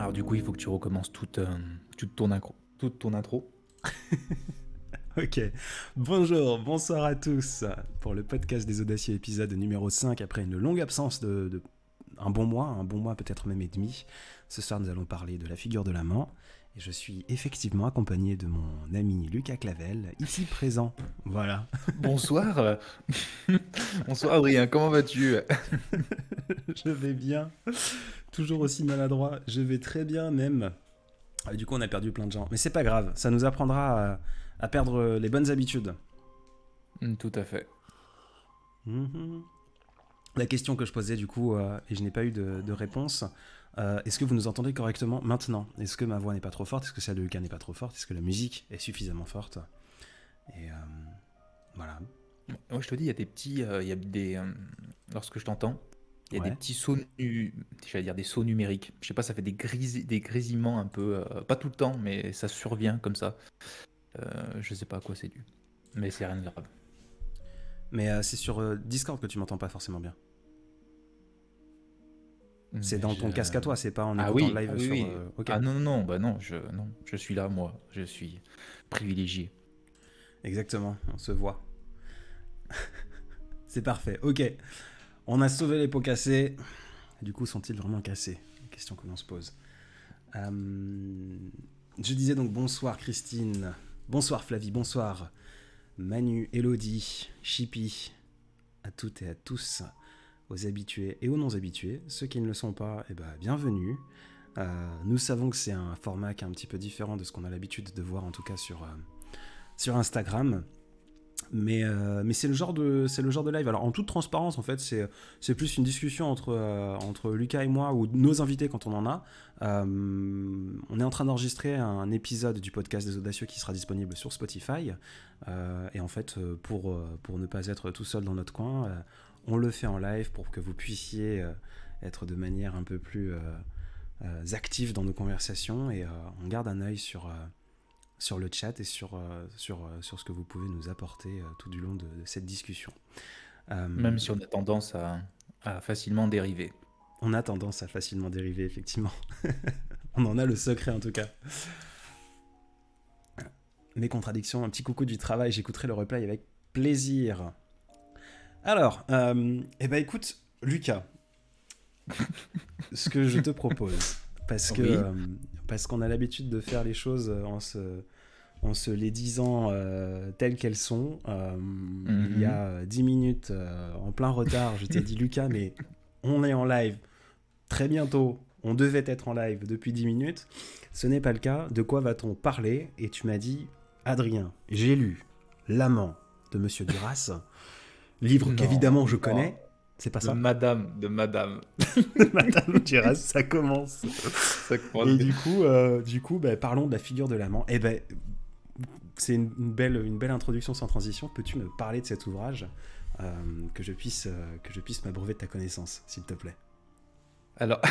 Alors du coup, il faut que tu recommences toute ton intro. Ok. Bonjour, bonsoir à tous pour le podcast des Audacieux épisode numéro 5 après une longue absence de un bon mois peut-être même et demi. Ce soir, nous allons parler de la figure de l'amant et je suis effectivement accompagné de mon ami Lucas Clavel, ici présent. Voilà. Bonsoir. Bonsoir Adrien, comment vas-tu? Je vais bien, toujours aussi maladroit. Je vais très bien même. Du coup, on a perdu plein de gens, mais c'est pas grave. Ça nous apprendra à perdre les bonnes habitudes. Tout à fait. Mhm. La question que je posais du coup, et je n'ai pas eu de réponse, est-ce que vous nous entendez correctement maintenant? Est-ce que ma voix n'est pas trop forte? Est-ce que celle de Lucas n'est pas trop forte? Est-ce que la musique est suffisamment forte? Et voilà. Moi, je te dis, il y a des petits, il y a lorsque je t'entends, il y a des Ouais. petits sauts, j'allais dire des sauts numériques. Je sais pas, ça fait des grésillements un peu, pas tout le temps, mais ça survient comme ça. Je sais pas à quoi c'est dû, mais c'est rien de grave. Mais c'est sur Discord que tu m'entends pas forcément bien. C'est Mais dans ton casque à toi, c'est pas en Ah écoutant le oui, ah live oui, sur. oui. Ok. Ah non, non, non, bah non, je suis là, moi, je suis privilégié. Exactement, on se voit. C'est parfait. Ok. On a sauvé les pots cassés. Du coup, sont-ils vraiment cassés? Question que l'on se pose. Je disais donc bonsoir Christine, bonsoir Flavie, bonsoir Manu, Elodie, Chippy, à toutes et à tous, aux habitués et aux non-habitués. Ceux qui ne le sont pas, eh ben, bienvenue. Nous savons que c'est un format qui est un petit peu différent de ce qu'on a l'habitude de voir, en tout cas sur Instagram. Mais c'est le genre de live. Alors en toute transparence, en fait, c'est plus une discussion entre Lucas et moi ou nos invités quand on en a. On est en train d'enregistrer un épisode du podcast des Audacieux qui sera disponible sur Spotify. Et en fait, pour ne pas être tout seul dans notre coin, on le fait en live pour que vous puissiez être de manière un peu plus active dans nos conversations et on garde un œil sur le chat et sur ce que vous pouvez nous apporter tout du long de cette discussion. Même si on a tendance à facilement dériver. On a tendance à facilement dériver, effectivement. On en a le secret, en tout cas. Mes contradictions, un petit coucou du travail, j'écouterai le replay avec plaisir. Alors, eh ben écoute, Lucas, ce que je te propose, parce que Oui. parce qu'on a l'habitude de faire les choses en se les disant telles qu'elles sont. Il y Mhm. a 10 minutes, en plein retard, je t'ai dit Lucas, mais on est en live très bientôt. On devait être en live depuis 10 minutes. Ce n'est pas le cas. De quoi va-t-on parler? Et tu m'as dit, Adrien, j'ai lu L'amant de Monsieur Duras, livre Non, qu'évidemment je non. connais. C'est pas De ça? madame. Madame Duras, ça commence. Ça commence Et bien. du coup bah, parlons de la figure de l'amant. Eh ben, c'est une belle introduction sans transition. Peux-tu me parler de cet ouvrage que je puisse m'abreuver de ta connaissance, s'il te plaît? Alors,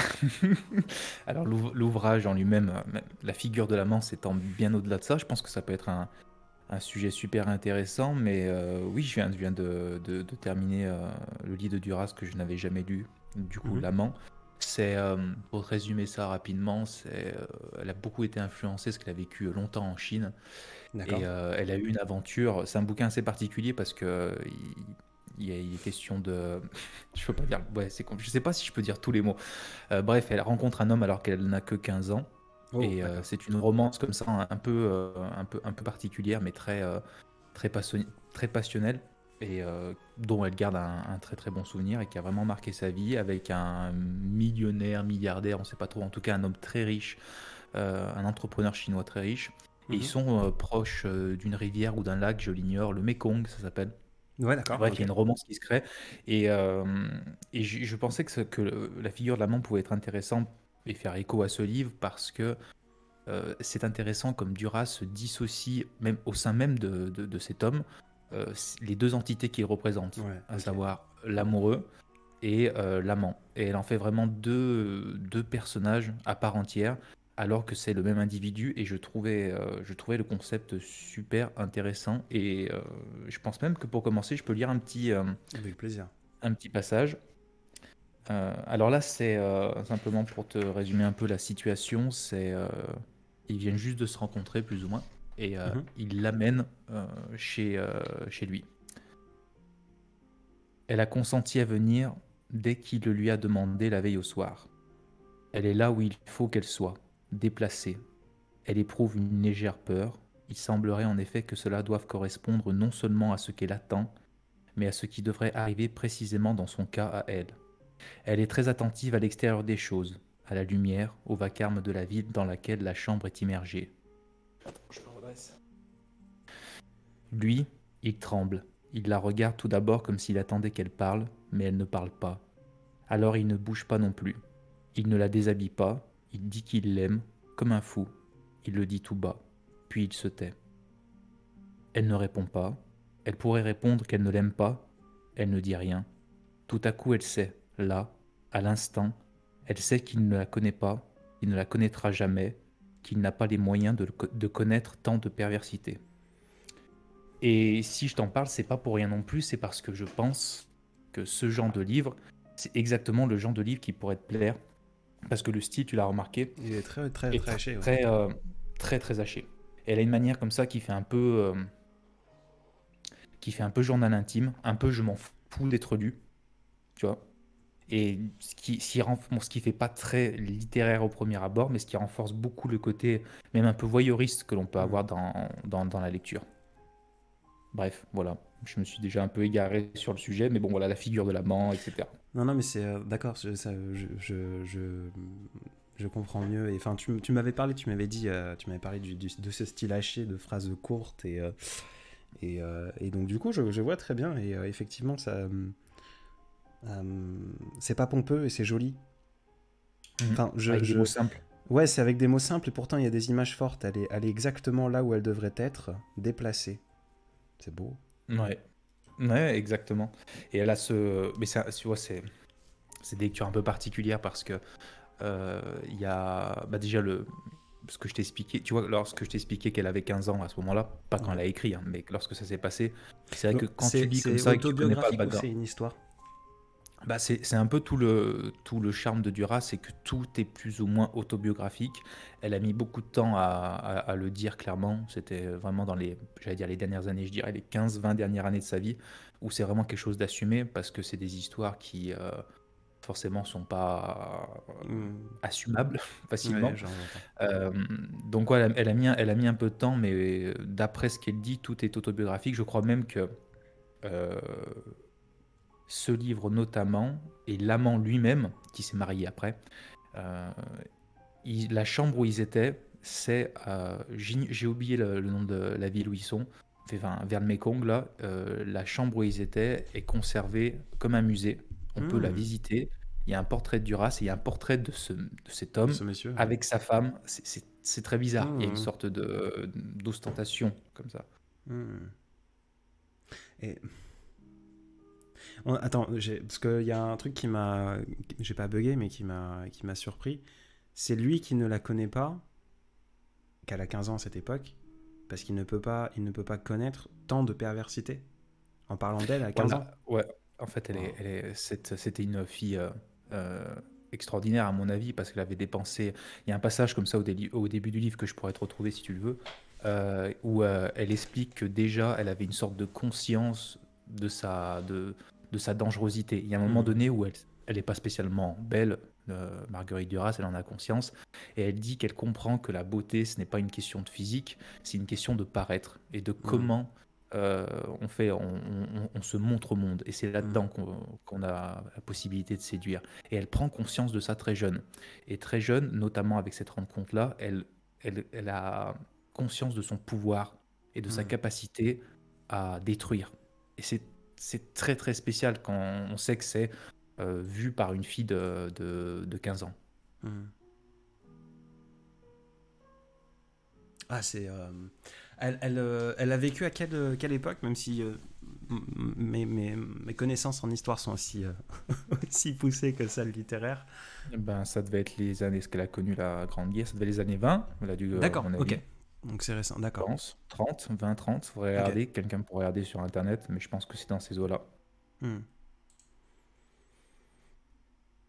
alors l'ouvrage en lui-même, la figure de l'amant s'étend bien au-delà de ça. Je pense que ça peut être un sujet super intéressant, mais oui, je viens de terminer le livre de Duras que je n'avais jamais lu, du coup, Mhm. L'amant. Pour résumer ça rapidement, elle a beaucoup été influencée parce qu'elle a vécu longtemps en Chine et D'accord. elle a eu une aventure. C'est un bouquin assez particulier parce que il est question de, je peux pas dire, ouais, je sais pas si je peux dire tous les mots. Bref, elle rencontre un homme alors qu'elle n'a que 15 ans. Oh, Et d'accord. c'est une romance comme ça, un peu particulière, mais très, très passionnelle, et dont elle garde un très très bon souvenir et qui a vraiment marqué sa vie avec un millionnaire, milliardaire, on ne sait pas trop, en tout cas un homme très riche, un entrepreneur chinois très riche. Et ils Mhm. sont proches d'une rivière ou d'un lac, je l'ignore, le Mekong, ça s'appelle. Ouais, d'accord, Bref, il y ok. a une romance qui se crée. Et, euh, et je pensais que la figure de l'amant pouvait être intéressante et faire écho à ce livre parce que c'est intéressant comme Duras se dissocie même au sein même de cet homme, les deux entités qu'il représente, Ouais, à ok. savoir l'amoureux et l'amant. Et elle en fait vraiment deux personnages à part entière, alors que c'est le même individu. Et je trouvais le concept super intéressant. Et je pense même que pour commencer, je peux lire Avec plaisir. un petit passage. Alors là, c'est simplement pour te résumer un peu la situation, ils viennent juste de se rencontrer plus ou moins, et Mhm. il l'amène chez lui. Elle a consenti à venir dès qu'il le lui a demandé la veille au soir. Elle est là où il faut qu'elle soit, déplacée. Elle éprouve une légère peur. Il semblerait en effet que cela doive correspondre non seulement à ce qu'elle attend, mais à ce qui devrait arriver précisément dans son cas à elle. Elle est très attentive à l'extérieur des choses, à la lumière, au vacarme de la ville dans laquelle la chambre est immergée. Je me redresse. Lui, il tremble. Il la regarde tout d'abord comme s'il attendait qu'elle parle, mais elle ne parle pas. Alors il ne bouge pas non plus. Il ne la déshabille pas, il dit qu'il l'aime, comme un fou. Il le dit tout bas, puis il se tait. Elle ne répond pas. Elle pourrait répondre qu'elle ne l'aime pas. Elle ne dit rien. Tout à coup, elle sait, là, à l'instant, elle sait qu'il ne la connaît pas, qu'il ne la connaîtra jamais, qu'il n'a pas les moyens de connaître tant de perversité. Et si je t'en parle, c'est pas pour rien non plus, c'est parce que je pense que ce genre de livre, c'est exactement le genre de livre qui pourrait te plaire, parce que le style, tu l'as remarqué, Il est très, très, est très haché, ouais. très haché. Et elle a une manière comme ça qui fait un peu journal intime, un peu je m'en fous d'être lu, tu vois. Et ce qui fait pas très littéraire au premier abord, mais ce qui renforce beaucoup le côté même un peu voyeuriste que l'on peut Mhm. avoir dans la lecture. Bref, voilà. Je me suis déjà un peu égaré sur le sujet, mais bon, voilà, la figure de l'amant, etc. Non, non, mais c'est d'accord. Je comprends mieux. Et enfin, tu m'avais parlé, tu m'avais parlé de ce style haché de phrases courtes et donc du coup, je vois très bien. Et effectivement, c'est pas pompeux et c'est joli. Mhm. Enfin, Avec des mots simples. ouais, c'est avec des mots simples et pourtant il y a des images fortes. Elle est exactement là où elle devrait être, déplacée. C'est beau. Ouais. Ouais, exactement. Et elle a ce. Mais ça, tu vois, c'est des lectures un peu particulières parce que il y a bah, déjà ce que je t'ai expliqué. Tu vois, lorsque je t'ai expliqué qu'elle avait 15 ans à ce moment-là, pas quand elle Ouais. a écrit, hein, mais lorsque ça s'est passé, c'est vrai que Donc quand tu lis comme c'est ça et que tu connais pas le autobiographique ou background, c'est une histoire? bah c'est un peu tout le charme de Duras, c'est que tout est plus ou moins autobiographique. Elle a mis beaucoup de temps à le dire clairement. C'était vraiment j'allais dire les dernières années, je dirais les 15-20 dernières années de sa vie, où c'est vraiment quelque chose d'assumé parce que c'est des histoires qui forcément sont pas Hmm. assumables Ouais, facilement. j'entends. Euh, donc voilà, elle a mis un peu de temps, mais d'après ce qu'elle dit, tout est autobiographique. Je crois même que euh, ce livre notamment, et l'amant lui-même, qui s'est marié après, euh, la chambre où ils étaient, j'ai oublié le nom de la ville où ils sont, enfin, vers le Mekong, là, la chambre où ils étaient est conservée comme un musée. On peut la Hmm. visiter. Il y a un portrait de Duras et il y a un portrait de cet De homme ce monsieur, ouais. avec sa femme. C'est très bizarre. Il y a une Hmm. sorte d'ostentation comme ça. Hmm. Et attends, parce qu'il y a un truc qui m'a, j'ai pas bugué, mais qui m'a surpris. C'est lui qui ne la connaît pas, qu'elle a 15 ans à cette époque, parce il ne peut pas connaître tant de perversité en parlant d'elle à 15 ans. Voilà, ouais. En fait, Waouh. c'était une fille euh, extraordinaire à mon avis parce qu'elle avait dépensé. Il y a un passage comme ça au début du livre que je pourrais te retrouver si tu le veux, où elle explique que déjà elle avait une sorte de conscience de sa dangerosité. Il y a un moment Hmm. donné où elle est pas spécialement belle, Marguerite Duras, elle en a conscience, et elle dit qu'elle comprend que la beauté, ce n'est pas une question de physique, c'est une question de paraître et de Hmm. comment on se montre au monde. Et c'est Hmm. là-dedans qu'on a la possibilité de séduire. Et elle prend conscience de ça très jeune. Et très jeune, notamment avec cette rencontre-là, elle a conscience de son pouvoir et de sa Hmm. capacité à détruire. Et c'est très très spécial quand on sait que c'est vu par une fille de 15 ans. Hmm. Ah, elle a vécu à quelle époque, même si mes connaissances en histoire sont aussi, aussi poussées que celles littéraires. Ben, ça devait être les années, ce qu'elle a connu la Grande Guerre, ça devait être les années 20, elle a dû, à D'accord, mon ok. avis. Donc c'est récent, Je d'accord. pense. 30, 20, 30, faudrait Ok. regarder. Quelqu'un pourrait regarder sur internet, mais je pense que c'est dans ces eaux-là. Hmm.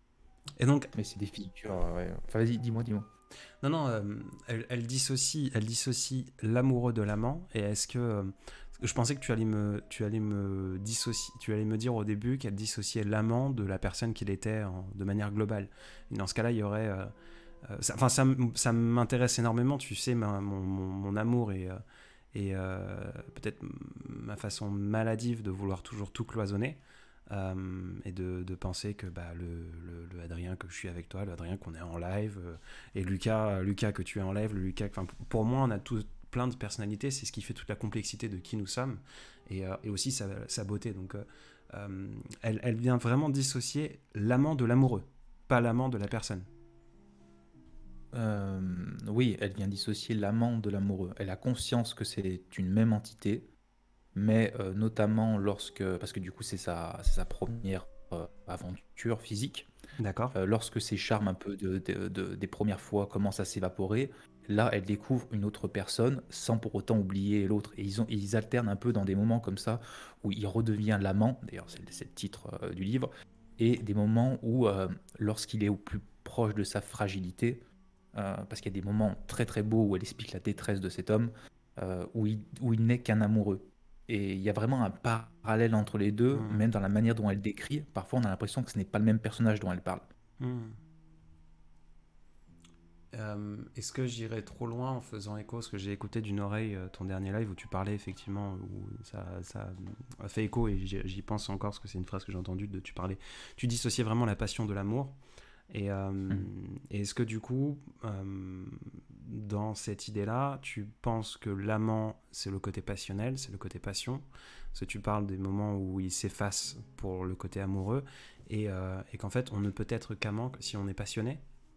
Et donc, Mais c'est des figures, ouais. Enfin, vas-y, dis-moi. non, non, elle dissocie l'amoureux de l'amant. Et je pensais que tu allais me dissocier, tu allais me dire au début qu'elle dissociait l'amant de la personne qu'il était de manière globale. Et dans ce cas-là, il y aurait, ça m'intéresse énormément. Tu sais, mon amour et peut-être ma façon maladive de vouloir toujours tout cloisonner. Et de penser que le Adrien que je suis avec toi, le Adrien qu'on est en live, et Lucas que tu es en live, le Lucas, pour moi on a tous plein de personnalités, c'est ce qui fait toute la complexité de qui nous sommes, et aussi sa beauté. Donc elle vient vraiment dissocier l'amant de l'amoureux, pas l'amant de la personne. Oui, elle vient dissocier l'amant de l'amoureux. Elle a conscience que c'est une même entité, mais notamment parce que du coup c'est sa première aventure physique, D'accord. lorsque ses charmes un peu des premières fois commencent à s'évaporer, là elle découvre une autre personne sans pour autant oublier l'autre. Et ils alternent un peu dans des moments comme ça où il redevient l'amant, d'ailleurs c'est le titre du livre, et des moments où lorsqu'il est au plus proche de sa fragilité, parce qu'il y a des moments très très beaux où elle explique la détresse de cet homme, où il n'est qu'un amoureux. Et il y a vraiment un parallèle entre les deux, Hmm. même dans la manière dont elle décrit. Parfois, on a l'impression que ce n'est pas le même personnage dont elle parle. Hmm. Est-ce que j'irais trop loin en faisant écho, parce que j'ai écouté d'une oreille ton dernier live où tu parlais effectivement, où ça a fait écho, et j'y pense encore parce que c'est une phrase que j'ai entendue, tu dissociais vraiment la passion de l'amour. Et, Mm. et est-ce que du coup, dans cette idée-là, tu penses que l'amant, c'est le côté passionnel, c'est le côté passion? Parce que tu parles des moments où il s'efface pour le côté amoureux, et qu'en fait, on ne peut être qu'amant que si on est passionné?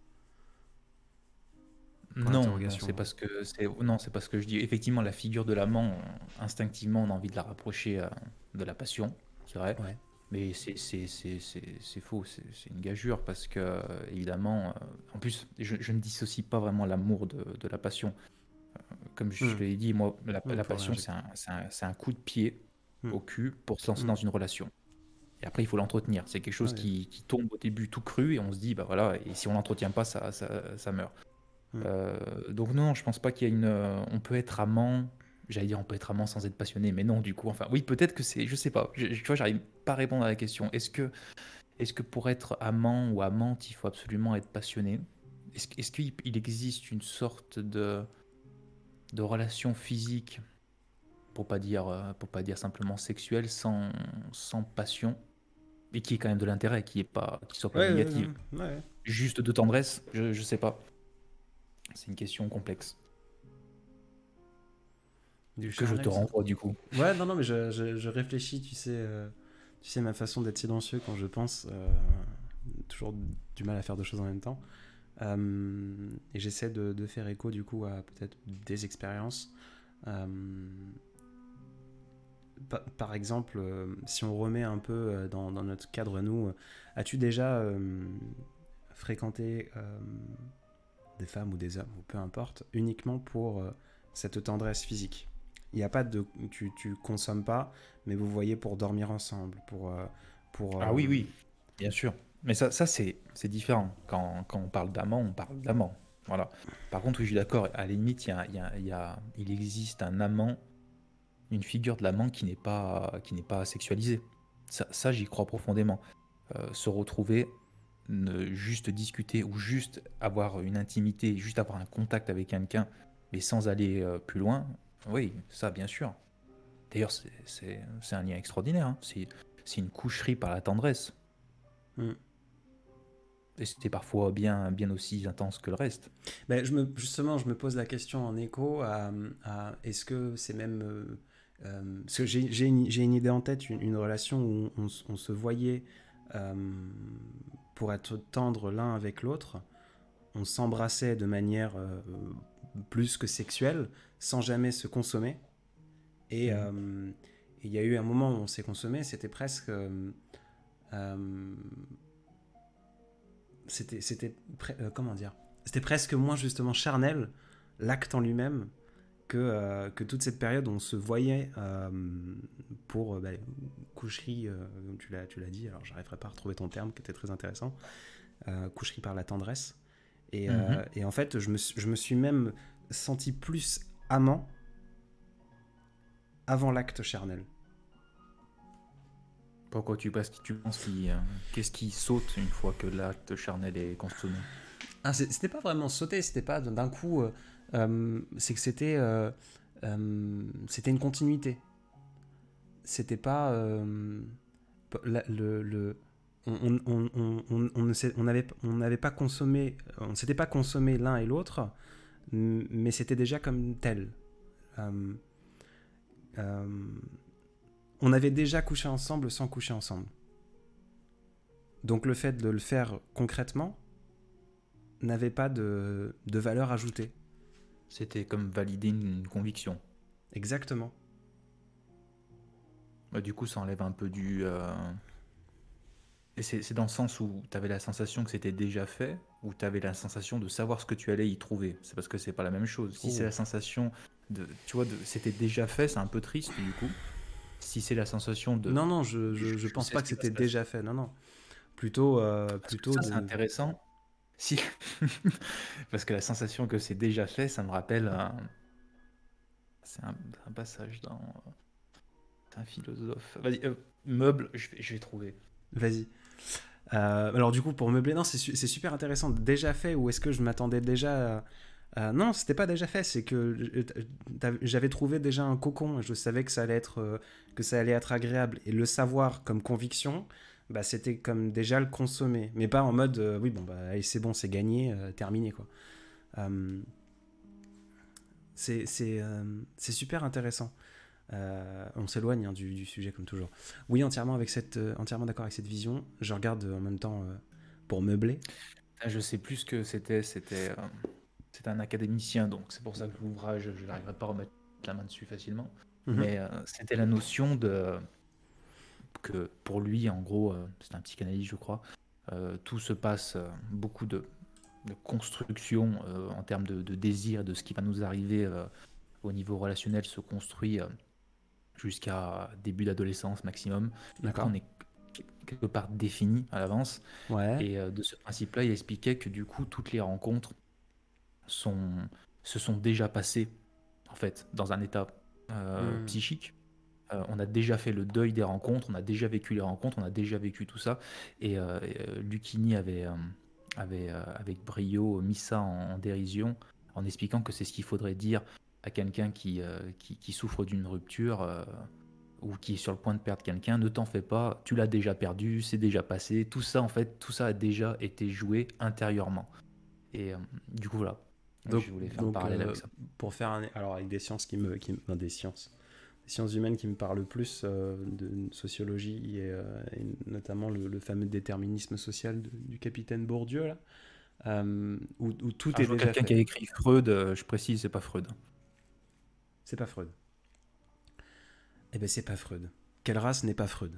Pour Non, non, l'interrogation. c'est pas ce que je dis. Effectivement, la figure de l'amant, instinctivement, on a envie de la rapprocher de la passion, c'est vrai. Ouais. Mais c'est faux, c'est une gageure parce que, évidemment, en plus, je ne dissocie pas vraiment l'amour de la passion. Comme je Hmm. te l'ai dit, moi, la Pardon, passion, c'est un coup de pied hmm. au cul pour se lancer Hmm. dans une relation. Et après, il faut l'entretenir. C'est quelque chose Ouais. qui tombe au début tout cru et on se dit, bah voilà, et si on l'entretient pas, ça meurt. Hmm. Donc non, je pense pas qu'il y a on peut être amant, j'allais dire on peut être amant sans être passionné, mais non, du coup, enfin, oui, peut-être que c'est, je sais pas, tu vois, j'arrive pas à répondre à la question. Est-ce que pour être amant ou amante, il faut absolument être passionné? Est-ce qu'il existe une sorte de relation physique, pour pas dire simplement sexuelle, sans passion, et qui est quand même de l'intérêt, qui soit pas Ouais, ouais, négative, ouais, ouais. juste de tendresse, je sais pas. C'est une question complexe Du que je te charnel, ça. renvoie du coup. Ouais, non, non, mais je réfléchis, tu sais ma façon d'être silencieux quand je pense, toujours du mal à faire deux choses en même temps. Et j'essaie de faire écho du coup à peut-être des expériences. Euh, par exemple, si on remet un peu dans notre cadre, nous, as-tu déjà fréquenté des femmes ou des hommes, ou peu importe, uniquement pour cette tendresse physique? Il n'y a pas de... Tu consommes pas, mais vous voyez pour dormir ensemble, pour Ah oui, oui, bien sûr. Mais ça c'est différent. Quand on parle d'amant, on parle d'amant. Voilà. Par contre, oui, je suis d'accord. À la limite, il existe un amant, une figure de l'amant qui n'est pas sexualisée. Ça j'y crois profondément. Se retrouver, juste discuter ou juste avoir une intimité, juste avoir un contact avec quelqu'un, mais sans aller plus loin, oui, ça bien sûr. D'ailleurs, c'est un lien extraordinaire, hein. C'est une coucherie par la tendresse. Hmm. Et c'était parfois bien aussi intense que le reste. Ben, justement, je me pose la question en écho à est-ce que c'est même... parce que j'ai une idée en tête, une relation où on se voyait euh, pour être tendre l'un avec l'autre, on s'embrassait de manière plus que sexuelle, sans jamais se consommer. Et Mm. il y a eu un moment où on s'est consommé, c'était presque... euh, comment dire, c'était presque moins justement charnel, l'acte en lui-même, que toute cette période où on se voyait pour coucherie, comme tu l'as dit, alors j'arriverai pas à retrouver ton terme qui était très intéressant, coucherie par la tendresse. Mhm. Et en fait, je me suis même senti plus amant avant l'acte charnel. Pourquoi tu penses qu'est-ce qui saute une fois que l'acte charnel est consommé? Ah, c'était pas vraiment sauter, c'était pas d'un coup. C'est que c'était une continuité. C'était pas. Le, on ne s'est- on n'avait pas consommé. On ne s'était pas consommé l'un et l'autre, mais c'était déjà comme tel. Euh, euh, on avait déjà couché ensemble sans coucher ensemble. Donc le fait de le faire concrètement n'avait pas de valeur ajoutée. C'était comme valider une conviction. Exactement. Bah, du coup, ça enlève un peu Et c'est dans le sens où tu avais la sensation que c'était déjà fait, ou tu avais la sensation de savoir ce que tu allais y trouver. C'est parce que c'est pas la même chose. Si c'est Oh. la sensation tu vois, c'était déjà fait, c'est un peu triste du coup. Si c'est la sensation de, Non, non, je je pense sais pas ce que qui va se c'était passer. déjà fait. Non, non. Plutôt, Parce que plutôt ça, c'est de. intéressant. Si, parce que la sensation que c'est déjà fait, ça me rappelle c'est un passage dans c'est un philosophe. Vas-y, meuble, je vais trouver. Vas-y. Alors du coup, pour meubler, non, c'est super intéressant. Déjà fait, ou est-ce que je m'attendais déjà non, c'était pas déjà fait. C'est que j'avais trouvé déjà un cocon. Je savais que ça allait être agréable. Et le savoir comme conviction, bah, c'était comme déjà le consommer. Mais pas en mode, oui, bon, bah, allez, c'est bon, c'est gagné, terminé, quoi. Euh, c'est super intéressant. On s'éloigne hein, du sujet comme toujours. Oui, entièrement d'accord avec cette vision. Je regarde en même temps pour meubler. Ah, je sais plus ce que c'était un académicien, donc c'est pour ça que l'ouvrage, je n'arriverai pas à remettre la main dessus facilement. Mhm. Mais c'était la notion de que pour lui, en gros, c'est un psychanalyste, je crois, tout se passe, beaucoup de construction en termes de désir, de ce qui va nous arriver au niveau relationnel se construit jusqu'à début d'adolescence maximum. Et après, D'accord. on est quelque part défini à l'avance. Ouais. Et de ce principe-là, il expliquait que du coup, toutes les rencontres sont, se sont déjà passées, en fait, dans un état Hmm. psychique. On a déjà fait le deuil des rencontres, on a déjà vécu les rencontres, on a déjà vécu tout ça. Et Lucchini avait avec brio mis ça en dérision, en expliquant que c'est ce qu'il faudrait dire à quelqu'un qui souffre d'une rupture ou qui est sur le point de perdre quelqu'un. Ne t'en fais pas, tu l'as déjà perdu, c'est déjà passé. Tout ça, en fait, tout ça a déjà été joué intérieurement. Et du coup, voilà. Donc, Je voulais faire le donc parallèle avec ça. pour faire alors avec des sciences non, des sciences humaines qui me parlent le plus de sociologie et notamment le fameux déterminisme social du capitaine Bourdieu là, où tout Un est jour, déjà quelqu'un qui fait. a écrit Freud, je précise, c'est pas Freud. C'est pas Freud. Eh ben c'est pas Freud. Quelle race n'est pas Freud?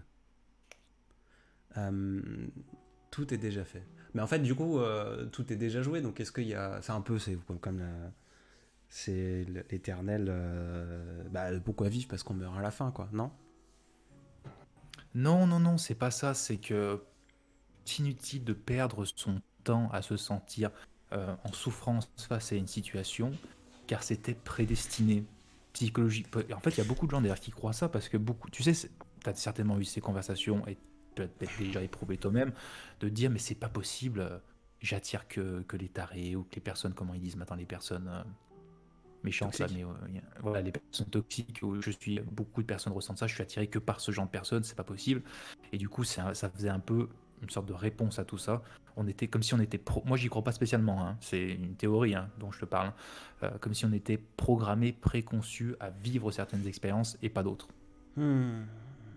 Euh, Tout est déjà fait. Mais en fait, du coup, tout est déjà joué. Donc, est-ce qu'il y a. C'est un peu. C'est comme c'est l'éternel. Bah, pourquoi vivre? Parce qu'on meurt à la fin, quoi. Non? Non, non, non, c'est pas ça. C'est que c'est inutile de perdre son temps à se sentir en souffrance face à une situation, car c'était prédestiné. Psychologie. En fait, il y a beaucoup de gens d'ailleurs qui croient ça parce que beaucoup. Tu sais, tu as certainement eu ces conversations et tu as peut-être déjà éprouvé toi-même de dire mais c'est pas possible. J'attire que les tarés ou que les personnes, comment ils disent maintenant, les personnes méchantes là, Toxique. mais voilà, les personnes toxiques où beaucoup de personnes ressentent ça, je suis attiré que par ce genre de personnes, c'est pas possible. Et du coup, ça faisait un peu une sorte de réponse à tout ça. On était comme si on était moi j'y crois pas spécialement, hein, c'est une théorie hein, dont je te parle, comme si on était programmé, préconçu à vivre certaines expériences et pas d'autres. Hmm.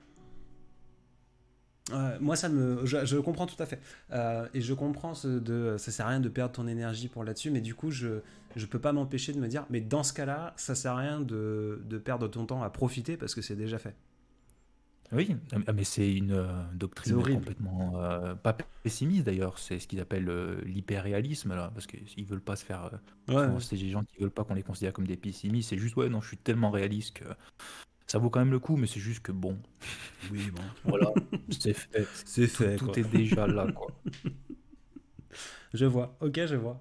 Moi, je comprends tout à fait. Et je comprends ça sert à rien de perdre ton énergie pour là-dessus, mais du coup, je peux pas m'empêcher de me dire, mais dans ce cas-là, ça sert à rien de perdre ton temps à profiter parce que c'est déjà fait. Oui, mais c'est une C'est doctrine horrible. complètement pas pessimiste d'ailleurs, c'est ce qu'ils appellent l'hyperréalisme là, parce qu'ils veulent pas se faire. Ouais, Souvent, ouais. c'est des gens qui veulent pas qu'on les considère comme des pessimistes, c'est juste ouais, non, je suis tellement réaliste que ça vaut quand même le coup, mais c'est juste que bon, Oui, bon. voilà, c'est fait, C'est fait, quoi. tout est déjà là quoi. Je vois, ok, je vois.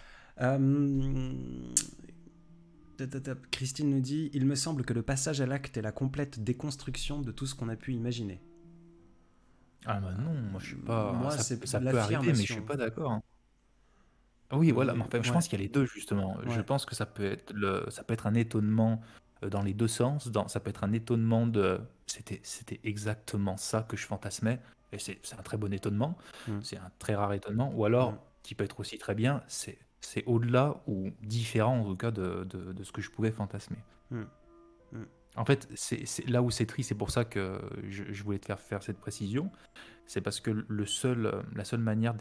Euh, Christine nous dit, il me semble que le passage à l'acte est la complète déconstruction de tout ce qu'on a pu imaginer. Ah bah non, moi je suis pas. Moi, Ça, c'est ça peut arriver, mais je suis l'affirmation. pas d'accord, hein. Ah oui, voilà. Mais enfin, je Ouais, pense qu'il y a les deux justement. Je ouais, pense que ça peut être un étonnement dans les deux sens. Ça peut être un étonnement de, c'était exactement ça que je fantasmais, et c'est un très bon étonnement. mm, C'est un très rare étonnement. Ou mm, alors, qui peut être aussi très bien, c'est au-delà ou différent en tout cas de ce que je pouvais fantasmer. mm, mm, En fait, c'est là où c'est triste. C'est pour ça que je voulais te faire cette précision. C'est parce que la seule manière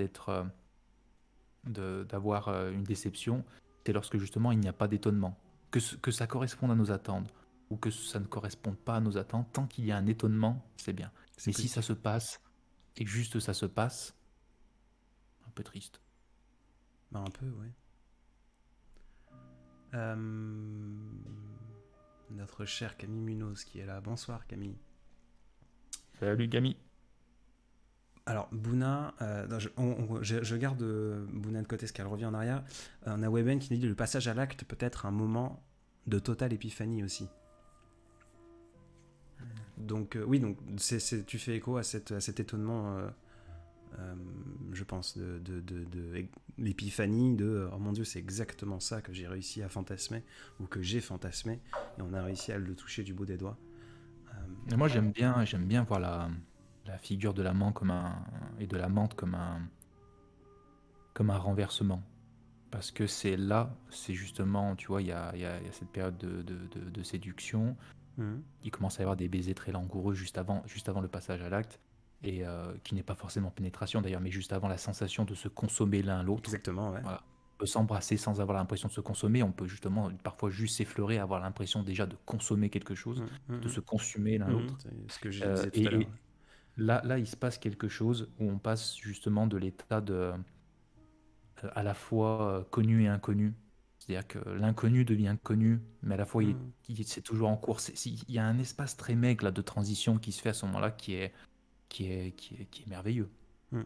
d'avoir une déception, c'est lorsque justement il n'y a pas d'étonnement. Que ça corresponde à nos attentes ou que ça ne corresponde pas à nos attentes, tant qu'il y a un étonnement, c'est bien. c'est Mais si ça positif. se passe et que juste ça se passe, un peu triste. Bah, un peu, ouais. Euh, Notre cher Camille Munoz qui est là. Bonsoir Camille. Salut Camille. Alors, Bouna, non, je garde Bouna de côté, ce qu'elle revient en arrière. On a Weben qui nous dit le passage à l'acte peut être un moment de totale épiphanie aussi. Donc, oui, donc tu fais écho à cet étonnement, je pense, de l'épiphanie, de oh mon Dieu, c'est exactement ça que j'ai réussi à fantasmer, ou que j'ai fantasmé, et on a réussi à le toucher du bout des doigts. Et moi j'aime bien voir la figure de l'amant et de l'amante comme un renversement. Parce que c'est justement, tu vois, il y a cette période de séduction. Mhm. Il commence à y avoir des baisers très langoureux juste avant le passage à l'acte, et qui n'est pas forcément pénétration d'ailleurs, mais juste avant la sensation de se consommer l'un l'autre. Exactement, ouais. Voilà. On peut s'embrasser sans avoir l'impression de se consommer, on peut justement parfois juste s'effleurer, avoir l'impression déjà de consommer quelque chose, Mhm, de mhm, se consumer l'un mhm. l'autre. C'est ce que je disais tout à l'heure. Et là, il se passe quelque chose où on passe justement de l'état de à la fois connu et inconnu. C'est-à-dire que l'inconnu devient connu, mais à la fois Mhm. c'est toujours en cours. Il y a un espace très maigre là, de transition qui se fait à ce moment-là qui est merveilleux. Mhm.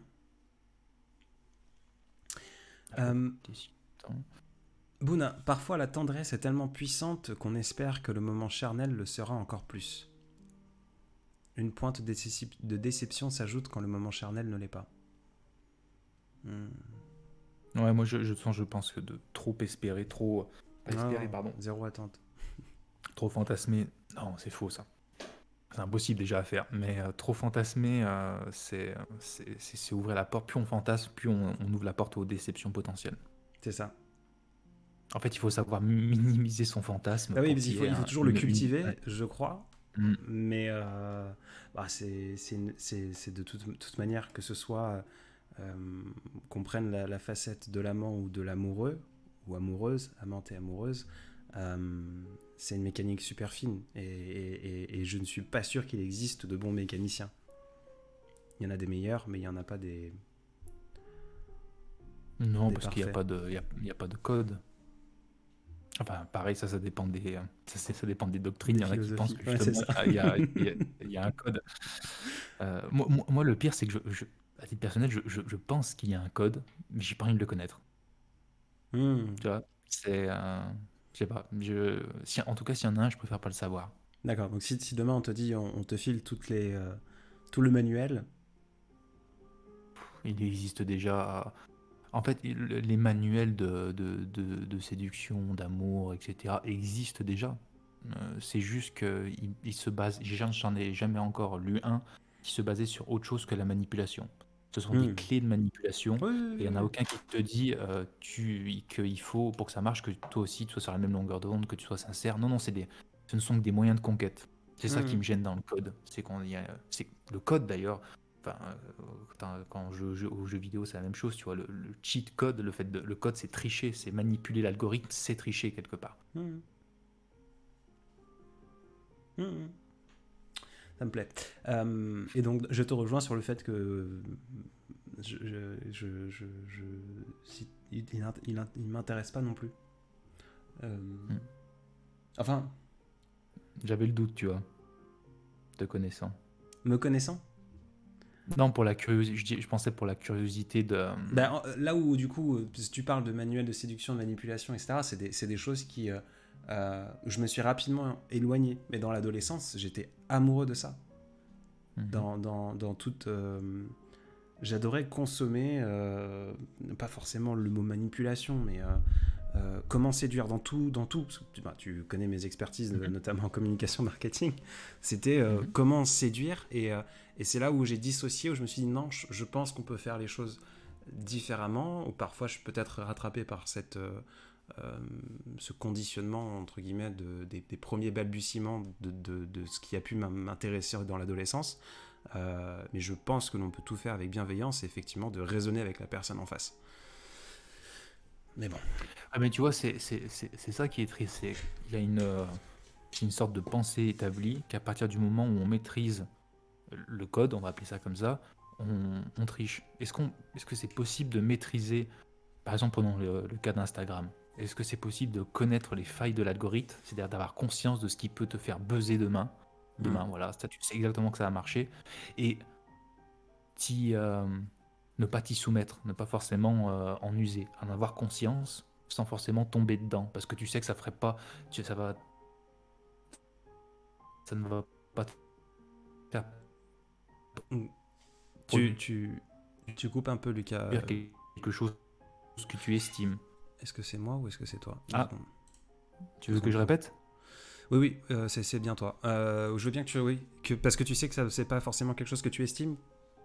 Alors, Euh, attends. Bouna, parfois la tendresse est tellement puissante qu'on espère que le moment charnel le sera encore plus. Une pointe de déception s'ajoute quand le moment charnel ne l'est pas. Hmm. Ouais, moi je pense que de trop espérer, trop pas espérer, Non, pardon, zéro attente. trop fantasmer, non, c'est faux ça. C'est impossible déjà à faire, mais trop fantasmer, c'est ouvrir la porte. Plus on fantasme, plus on ouvre la porte aux déceptions potentielles. C'est ça. En fait, il faut savoir minimiser son fantasme Bah oui, pour parce qu'il y ait il faut toujours le ouais. cultiver, je crois. Mm. Mais bah, c'est de toute manière que ce soit qu'on prenne la facette de l'amant ou de l'amoureux, ou amoureuse, amante et amoureuse, c'est une mécanique super fine. Et je ne suis pas sûr qu'il existe de bons mécaniciens. Il y en a des meilleurs, mais il n'y en a pas Non, des parce qu'il n'y a parfaits. pas il y a pas de code. Enfin, pareil, ça dépend ça dépend des doctrines. Des Il y en a qui pensent philosophies, que ouais, c'est justement, ça. il y a un code. Moi, le pire, c'est que à titre personnel, je pense qu'il y a un code, mais j'ai pas envie de le connaître. Hmm. Tu vois, je sais pas. En tout cas, s'il y en a un, je préfère pas le savoir. D'accord, donc si demain on te dit on te file tout le manuel. Il existe déjà. En fait, les manuels de séduction, d'amour, etc. existent déjà. C'est juste qu'ils se basent. J'en ai jamais encore lu un qui se basait sur autre chose que la manipulation. Ce sont des Hmm. clés de manipulation, Oui, oui, et il n'y en a oui, aucun qui te dit qu'il faut, pour que ça marche, que toi aussi tu sois sur la même longueur d'onde, que tu sois sincère. Non, non, ce ne sont que des moyens de conquête. C'est oui. ça qui Hmm. me gêne dans le code. C'est le code d'ailleurs. Enfin, quand je joue aux jeux vidéo, c'est la même chose, tu vois. Le cheat code, le code, c'est tricher, c'est manipuler l'algorithme, c'est tricher quelque part. Hmm. Hmm. Ça me plaît. Et donc je te rejoins sur le fait que il m'intéresse pas non plus. Euh, Hmm. enfin, J'avais le doute, tu vois, te connaissant. me connaissant, Non, pour la curiosité, je pensais pour la curiosité de. Là où, du coup, si tu parles de manuel de séduction, de manipulation, etc., c'est des choses qui. Je me suis rapidement éloigné. Mais dans l'adolescence, j'étais amoureux de ça. Mhm. Dans toute. J'adorais consommer, pas forcément le mot manipulation, mais comment séduire dans tout. Parce que, tu connais mes expertises, Mhm. notamment en communication marketing. C'était Mhm. comment séduire, et c'est là où j'ai dissocié, où je me suis dit non, je pense qu'on peut faire les choses différemment, ou parfois je peux être rattrapé par euh, ce conditionnement, entre guillemets, des premiers balbutiements de ce qui a pu m'intéresser dans l'adolescence. Mais je pense que l'on peut tout faire avec bienveillance et effectivement de raisonner avec la personne en face. Mais bon. Ah, mais tu vois, c'est ça qui est triste. Il y a une sorte de pensée établie qu'à partir du moment où on maîtrise le code, on va appeler ça comme ça, on triche. Est-ce que c'est possible de maîtriser, par exemple, prenons le cas d'Instagram, est-ce que c'est possible de connaître les failles de l'algorithme, c'est-à-dire d'avoir conscience de ce qui peut te faire buzzer demain? Mm. Demain, voilà, ça, tu sais exactement que ça va marcher. Et t'y, ne pas t'y soumettre, ne pas forcément en user, en avoir conscience sans forcément tomber dedans, parce que tu sais que ça ferait pas, ça ne va pas te faire Mm. Tu, produire tu, tu coupes un peu, Lucas. quelque chose que tu estimes. Est-ce que c'est moi ou est-ce que c'est toi? Deux Ah, secondes. tu Deux veux que secondes, je je reviens. répète? Oui, oui, c'est bien toi. Je veux bien que tu. Oui, parce que tu sais que ça, c'est pas forcément quelque chose que tu estimes.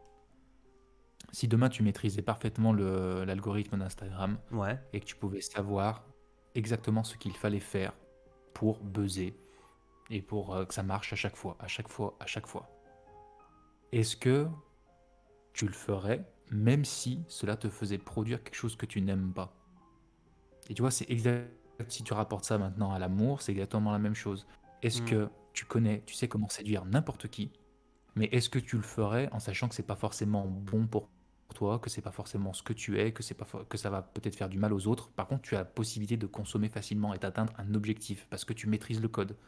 Si demain tu maîtrisais parfaitement l'algorithme d'Instagram Ouais. et que tu pouvais savoir exactement ce qu'il fallait faire pour buzzer et pour que ça marche à chaque fois, à chaque fois, à chaque fois, est-ce que tu le ferais même si cela te faisait produire quelque chose que tu n'aimes pas? Et tu vois, c'est exact. Si tu rapportes ça maintenant à l'amour, c'est exactement la même chose. Est-ce Mm. que tu sais comment séduire n'importe qui, mais est-ce que tu le ferais en sachant que c'est pas forcément bon pour toi, que c'est pas forcément ce que tu es, que ça va peut-être faire du mal aux autres. Par contre, tu as la possibilité de consommer facilement et d'atteindre un objectif parce que tu maîtrises le code.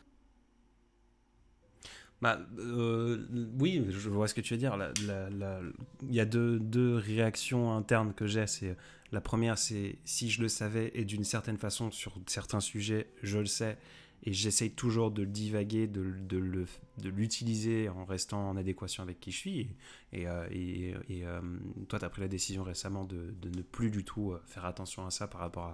Bah, oui, je vois ce que tu veux dire. Il y a deux réactions internes que j'ai. La première, c'est si je le savais, et d'une certaine façon, sur certains sujets, je le sais, et j'essaye toujours de divaguer, de l'utiliser en restant en adéquation avec qui je suis. Toi, tu as pris la décision récemment de ne plus du tout faire attention à ça par rapport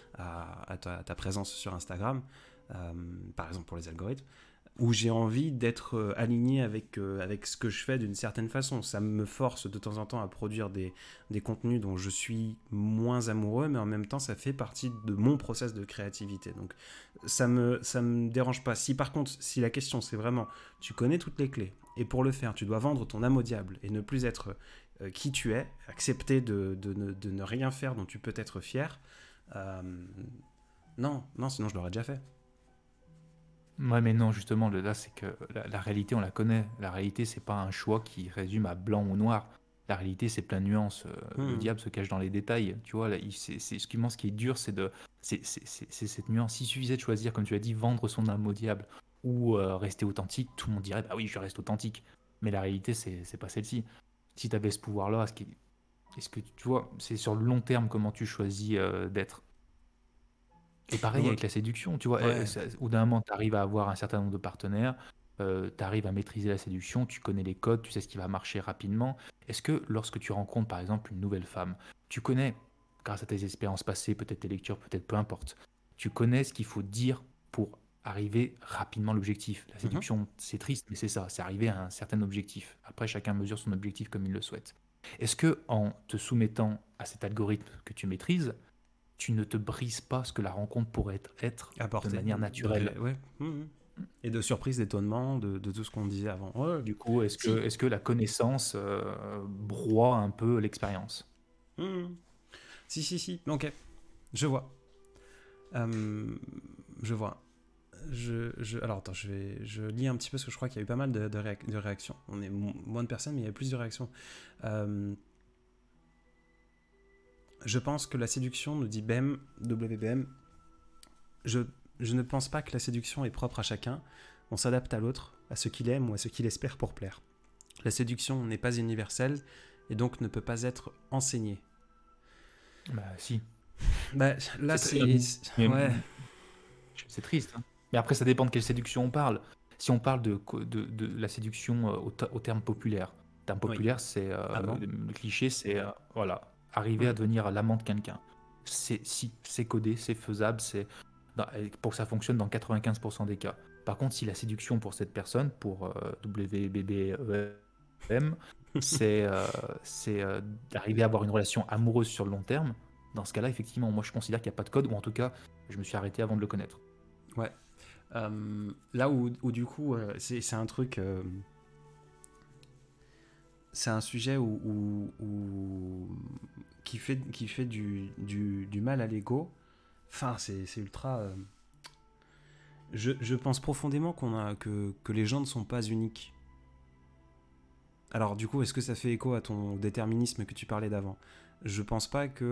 à ta présence sur Instagram, par exemple pour les algorithmes, où j'ai envie d'être aligné avec ce que je fais d'une certaine façon. Ça me force de temps en temps à produire des contenus dont je suis moins amoureux, mais en même temps, ça fait partie de mon process de créativité. Donc, ça me dérange pas. Si par contre, si la question c'est vraiment, tu connais toutes les clés, et pour le faire, tu dois vendre ton âme au diable et ne plus être qui tu es, accepter de ne rien faire dont tu peux être fier, euh, non, non, sinon je l'aurais déjà fait. Ouais, mais non, justement, là, c'est que la réalité, on la connaît. La réalité, c'est pas un choix qui résume à blanc ou noir. La réalité, c'est plein de nuances. Le Hmm. diable se cache dans les détails. Tu vois, là, ce qui est dur, c'est cette nuance. S'il suffisait de choisir, comme tu as dit, vendre son âme au diable ou rester authentique, tout le monde dirait, bah oui, je reste authentique. Mais la réalité, c'est pas celle-ci. Si tu avais ce pouvoir-là, est-ce que tu vois, c'est sur le long terme comment tu choisis d'être. Et pareil Ouais. avec la séduction, tu vois, Ouais. au d'un moment, tu arrives à avoir un certain nombre de partenaires, tu arrives à maîtriser la séduction, tu connais les codes, tu sais ce qui va marcher rapidement. Est-ce que lorsque tu rencontres par exemple une nouvelle femme, tu connais, grâce à tes expériences passées, peut-être tes lectures, peut-être peu importe, tu connais ce qu'il faut dire pour arriver rapidement à l'objectif. La Mhm. séduction, c'est triste, mais c'est ça, c'est arriver à un certain objectif. Après, chacun mesure son objectif comme il le souhaite. Est-ce que en te soumettant à cet algorithme que tu maîtrises, tu ne te brises pas ce que la rencontre pourrait être de Apporter manière naturelle? ouais. Mhm. Et de surprise, d'étonnement, de tout ce qu'on disait avant. Ouais. Du coup, Si. est-ce que la connaissance broie un peu l'expérience? Mhm. Si, si, si. Ok. Je vois. Euh, je vois. Alors attends, je lis un petit peu parce que je crois qu'il y a eu pas mal de réactions. On est moins de personnes, mais il y a plus de réactions. Euh, je pense que la séduction, nous dit BEM, WBM, je, je ne pense pas que la séduction est propre à chacun. On s'adapte à l'autre, à ce qu'il aime ou à ce qu'il espère pour plaire. La séduction n'est pas universelle et donc ne peut pas être enseignée. Bah si. Bah, là, Mais, ouais. c'est triste, hein. Mais après, ça dépend de quelle séduction on parle. Si on parle de la séduction au terme populaire. Le terme Oui. populaire, c'est Ah bon? le cliché, c'est voilà, arriver à Hmm. devenir l'amant de quelqu'un. Si, c'est codé, c'est faisable, pour que ça fonctionne dans 95% des cas. Par contre, si la séduction pour cette personne, pour WBBEM, c'est d'arriver à avoir une relation amoureuse sur le long terme, dans ce cas-là, effectivement, moi je considère qu'il n'y a pas de code, ou en tout cas, je me suis arrêté avant de le connaître. Ouais. Là où du coup, c'est un truc. C'est un sujet qui fait du mal à l'ego. Enfin, c'est ultra. Je pense profondément que les gens ne sont pas uniques. Alors, du coup, est-ce que ça fait écho à ton déterminisme que tu parlais d'avant? Je pense pas que.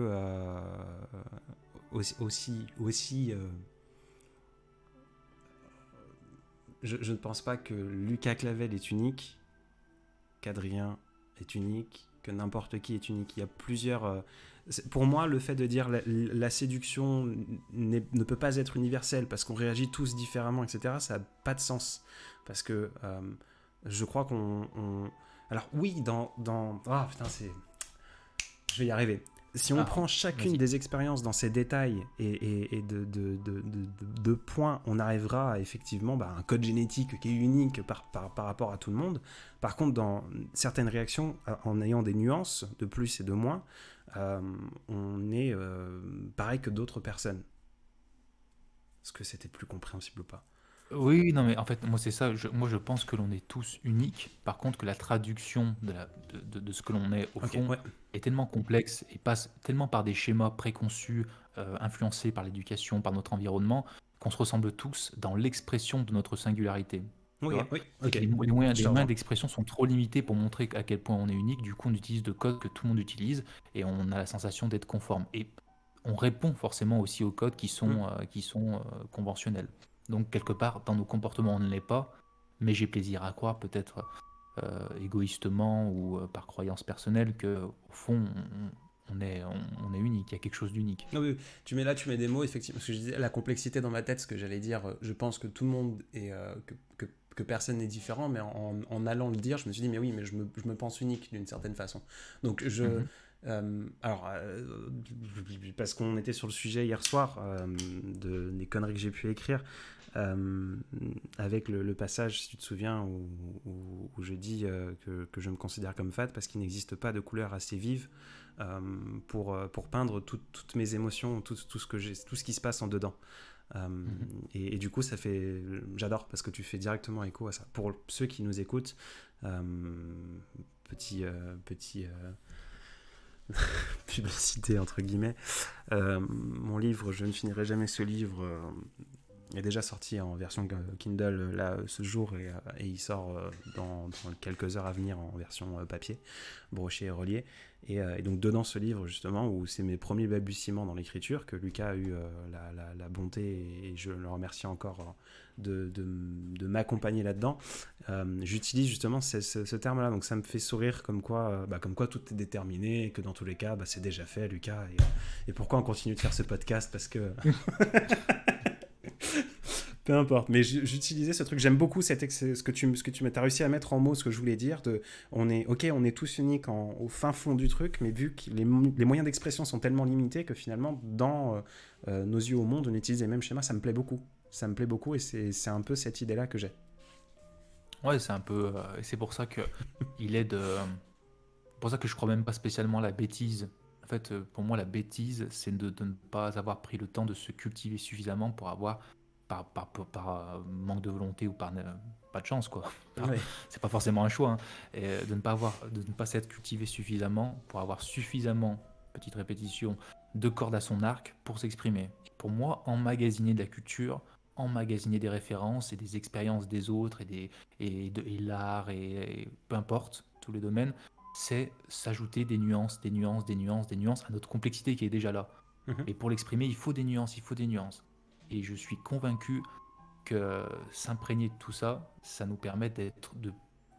Aussi. Je ne pense pas que Lucas Clavel est unique, qu'Adrien est unique, que n'importe qui est unique. Il y a plusieurs. Pour moi, le fait de dire la séduction ne peut pas être universelle parce qu'on réagit tous différemment, etc., ça n'a pas de sens. Parce que je crois Alors, oui, Ah putain, c'est. Je vais y arriver. Si on prend chacune Vas-y. des expériences dans ses détails et de points, on arrivera à effectivement un code génétique qui est unique par rapport à tout le monde. Par contre, dans certaines réactions, en ayant des nuances de plus et de moins, on est pareil que d'autres personnes. Est-ce que c'était plus compréhensible ou pas? Oui, non, mais en fait, moi, c'est ça. Moi, je pense que l'on est tous uniques. Par contre, que la traduction de ce que l'on est, au Ok, fond, ouais. est tellement complexe et passe tellement par des schémas préconçus, influencés par l'éducation, par notre environnement, qu'on se ressemble tous dans l'expression de notre singularité. Tu Oui, vois? oui, C'est ok. que les moyens, Je les te moyens rejoins. d'expression sont trop limités pour montrer à quel point on est unique. Du coup, on utilise de codes que tout le monde utilise et on a la sensation d'être conforme. Et on répond forcément aussi aux codes Hmm. qui sont conventionnels. Donc, quelque part, dans nos comportements, on ne l'est pas, mais j'ai plaisir à croire, peut-être égoïstement ou par croyance personnelle, que au fond, on est unique, il y a quelque chose d'unique. Ah oui, tu mets des mots, effectivement, parce que je disais la complexité dans ma tête, ce que j'allais dire, je pense que tout le monde est, que personne n'est différent, mais en allant le dire, je me suis dit, mais oui, mais je me pense unique d'une certaine façon. Donc Mhm. alors, parce qu'on était sur le sujet hier soir, des conneries que j'ai pu écrire, euh, avec le passage, si tu te souviens, où je dis que je me considère comme fat parce qu'il n'existe pas de couleur assez vive pour peindre toutes mes émotions, tout ce que j'ai, tout ce qui se passe en dedans. Mhm. Et du coup, ça fait, j'adore parce que tu fais directement écho à ça. Pour ceux qui nous écoutent, euh, petit publicité entre guillemets. Mon livre, je ne finirai jamais ce livre, est déjà sorti en version Kindle là ce jour et il sort dans quelques heures à venir en version papier, broché et relié. Et donc dedans ce livre justement où c'est mes premiers balbutiements dans l'écriture que Lucas a eu la bonté et je le remercie encore de m'accompagner là-dedans. J'utilise justement ce terme-là, donc ça me fait sourire comme quoi tout est déterminé et que dans tous les cas c'est déjà fait Lucas et pourquoi on continue de faire ce podcast parce que peu importe, mais j'utilisais ce truc. J'aime beaucoup ce que tu m'as réussi à mettre en mots, ce que je voulais dire. On est tous uniques au fin fond du truc, mais vu que les moyens d'expression sont tellement limités que finalement, dans nos yeux au monde, on utilise les mêmes schémas. Ça me plaît beaucoup. Ça me plaît beaucoup et c'est un peu cette idée-là que j'ai. Ouais, c'est un peu. Et c'est pour ça que il est de. Pour ça que je crois même pas spécialement à la bêtise. En fait, pour moi, la bêtise, c'est de ne pas avoir pris le temps de se cultiver suffisamment pour avoir, par manque de volonté ou par pas de chance, quoi. Ouais. C'est pas forcément un choix, hein. Et de ne pas s'être cultivé suffisamment pour avoir suffisamment, petite répétition, de cordes à son arc pour s'exprimer. Pour moi, emmagasiner de la culture, emmagasiner des références et des expériences des autres et l'art et peu importe tous les domaines, c'est s'ajouter des nuances, des nuances, des nuances, des nuances à notre complexité qui est déjà là. Mhm. Et pour l'exprimer, il faut des nuances, il faut des nuances. Et je suis convaincu que s'imprégner de tout ça, ça nous permet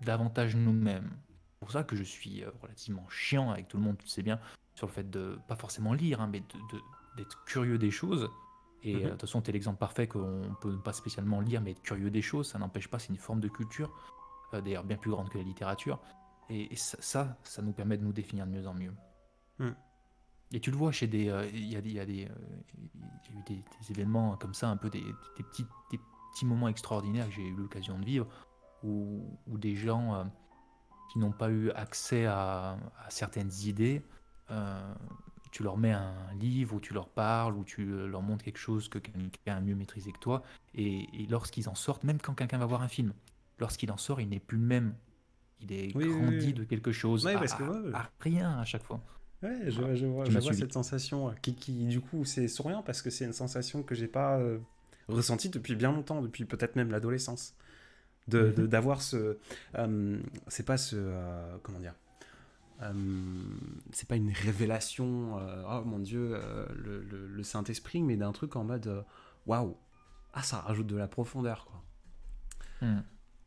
davantage nous-mêmes. C'est pour ça que je suis relativement chiant avec tout le monde, tu sais bien, sur le fait de pas forcément lire, hein, mais d'être curieux des choses. Et de Mhm. toute façon, tu es l'exemple parfait qu'on peut pas spécialement lire, mais être curieux des choses, ça n'empêche pas, c'est une forme de culture, d'ailleurs bien plus grande que la littérature. Et ça nous permet de nous définir de mieux en mieux. Mhm. Et tu le vois chez des. Il y a eu des événements comme ça, un peu des petits moments extraordinaires que j'ai eu l'occasion de vivre, où des gens qui n'ont pas eu accès à certaines idées, euh, tu leur mets un livre, ou tu leur parles, ou tu leur montres quelque chose que quelqu'un a mieux maîtrisé que toi, et lorsqu'ils en sortent, même quand quelqu'un va voir un film, lorsqu'il en sort, il n'est plus le même. Il est Oui, oui, grandi oui. de quelque chose Ouais, parce que à rien à chaque fois. ouais, Voilà. Tu je m'as vois suivi. cette sensation qui, du coup, c'est souriant parce que c'est une sensation que j'ai pas ressentie depuis bien longtemps, depuis peut-être même l'adolescence. Mhm. D'avoir ce. C'est pas ce. Comment dire euh, C'est pas une révélation, oh mon dieu, le Saint-Esprit, mais d'un truc en mode waouh, ah, ça rajoute de la profondeur, quoi. Hmm.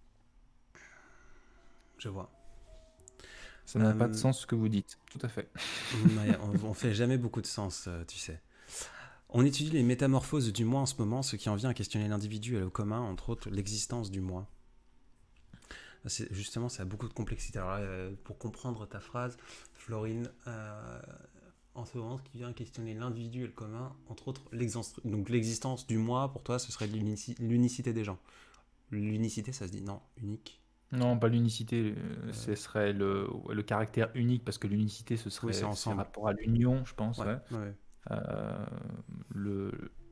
Je vois. Ça n'a pas de Euh, sens ce que vous dites. Tout à fait. ouais, on fait jamais beaucoup de sens, tu sais. On étudie les métamorphoses du moi en ce moment, ce qui en vient à questionner l'individu et le commun, entre autres l'existence du moi. Justement, ça a beaucoup de complexité. Alors, pour comprendre ta phrase, Florine, en ce moment, ce qui vient questionner l'individu et le commun, entre autres donc l'existence du moi, pour toi, ce serait l'unicité des gens. L'unicité, ça se dit non, unique. Non, pas l'unicité, Euh, ce serait le caractère unique, parce que l'unicité, oui, c'est c'est ensemble. rapport à l'union, je pense, Ouais, ouais. ouais. Euh, le,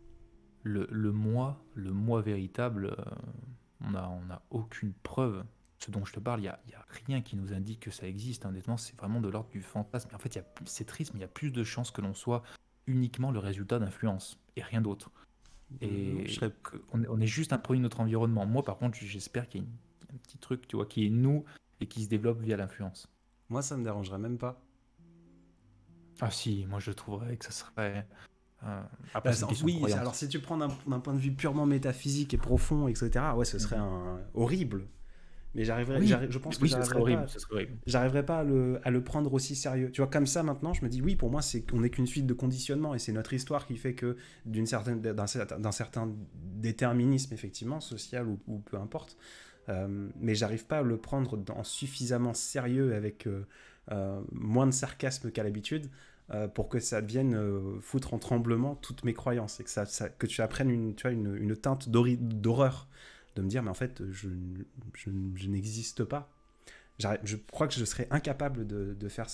le moi véritable, on a aucune preuve. Ce dont je te parle, il y a rien qui nous indique que ça existe. Honnêtement, c'est vraiment de l'ordre du fantasme. Et en fait, c'est triste, mais il y a plus de chances que l'on soit uniquement le résultat d'influence et rien d'autre. Non, je Et serais. on est juste un produit de notre environnement. Moi, par contre, j'espère qu'il y a un petit truc, tu vois, qui est nous et qui se développe via l'influence. Moi, ça me dérangerait même pas. Ah si, moi je trouverais que ça serait. Après, Bah, c'est une question de oui, alors croyance. si tu prends d'un point de vue purement métaphysique et profond, etc., ouais, ce serait Mhm. horrible. Mais Oui, je pense que oui, ce serait horrible, ce serait horrible. j'arriverai pas à le prendre aussi sérieux. Tu vois, comme ça maintenant, je me dis oui, pour moi, on n'est qu'une suite de conditionnements et c'est notre histoire qui fait que d'un certain déterminisme effectivement social ou peu importe. Mais j'arrive pas à le prendre en suffisamment sérieux avec moins de sarcasme qu'à l'habitude pour que ça vienne foutre en tremblement toutes mes croyances et que que tu apprennes tu vois, une teinte d'horreur de me dire mais en fait je n'existe pas. Je crois que je serais incapable de faire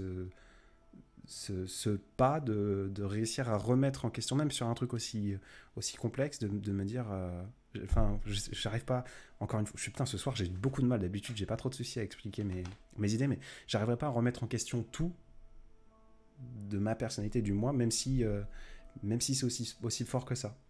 ce pas, de réussir à remettre en question, même sur un truc aussi complexe, de me dire. Enfin, j'arrive pas. Encore une fois, putain, ce soir, j'ai beaucoup de mal. D'habitude, j'ai pas trop de soucis à expliquer mes idées, mais j'arriverai pas à remettre en question tout de ma personnalité, du moi, même si c'est aussi fort que ça.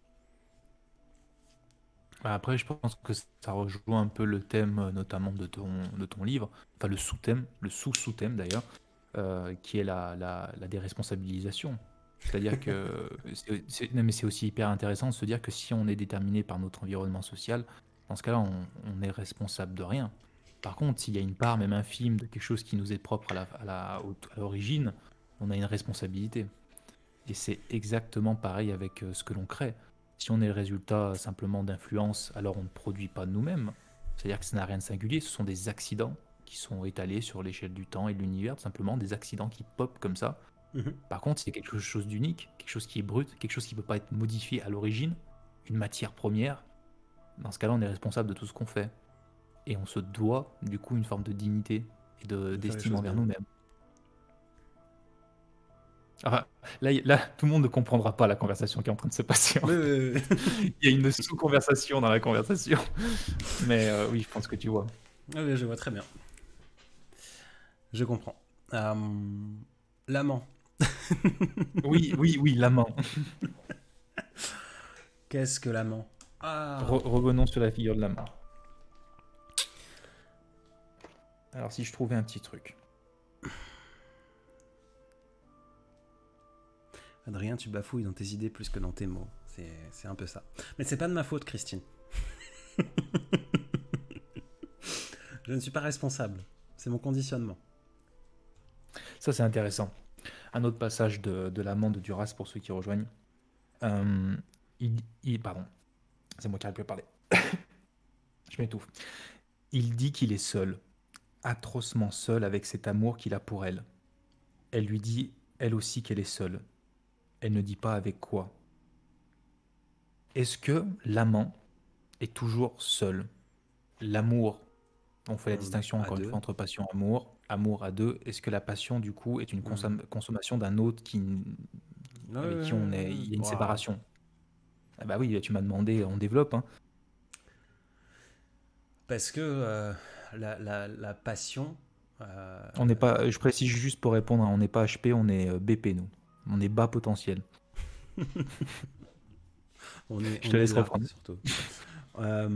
Après, je pense que ça rejoint un peu le thème, notamment de ton livre, enfin le sous-thème, le sous-sous-thème d'ailleurs, qui est la déresponsabilisation. C'est-à-dire que non, mais c'est aussi hyper intéressant de se dire que si on est déterminé par notre environnement social, dans ce cas-là, on est responsable de rien. Par contre, s'il y a une part, même infime, de quelque chose qui nous est propre à l'origine, on a une responsabilité. Et c'est exactement pareil avec ce que l'on crée. Si on est le résultat simplement d'influence, alors on ne produit pas nous-mêmes. C'est-à-dire que ça n'a rien de singulier, ce sont des accidents qui sont étalés sur l'échelle du temps et de l'univers, tout simplement des accidents qui pop comme ça. Mhm. Par contre, c'est quelque chose d'unique, quelque chose qui est brut, quelque chose qui ne peut pas être modifié à l'origine, une matière première. Dans ce cas-là, on est responsable de tout ce qu'on fait. Et on se doit, du coup, une forme de dignité et De faire les d'estime choses envers bien. nous-mêmes. Enfin, là, tout le monde ne comprendra pas la conversation qui est en train de se passer, en Oui, fait. oui, oui. Il y a une sous-conversation dans la conversation. Mais oui, je pense que tu vois. Ah oui, je vois très bien. Je comprends. Euh, L'amant. Oui, oui, oui, l'amant. Qu'est-ce que l'amant? Ah. Revenons sur la figure de l'amant. Alors, si je trouvais un petit truc. Adrien, tu bafouilles dans tes idées plus que dans tes mots. C'est un peu ça. Mais c'est pas de ma faute, Christine. Je ne suis pas responsable. C'est mon conditionnement. Ça, c'est intéressant. Un autre passage de l'amant de Duras pour ceux qui rejoignent. Euh, pardon, c'est moi qui n'arrive plus à parler. Je m'étouffe. Il dit qu'il est seul, atrocement seul avec cet amour qu'il a pour elle. Elle lui dit, elle aussi, qu'elle est seule. Elle ne dit pas avec quoi. Est-ce que l'amant est toujours seul? L'amour, on fait la distinction À encore une deux. fois entre passion et amour. Amour à deux. Est-ce que la passion, du coup, est une consommation d'un autre avec qui il y a une Waouh. séparation? Ah bah oui, tu m'as demandé, on développe, hein. Parce que la passion. euh, On n'est pas, je précise juste pour répondre, hein, on n'est pas HP, on est BP, nous. On est bas potentiel. Je te on est laisse là, reprendre. surtout. Euh,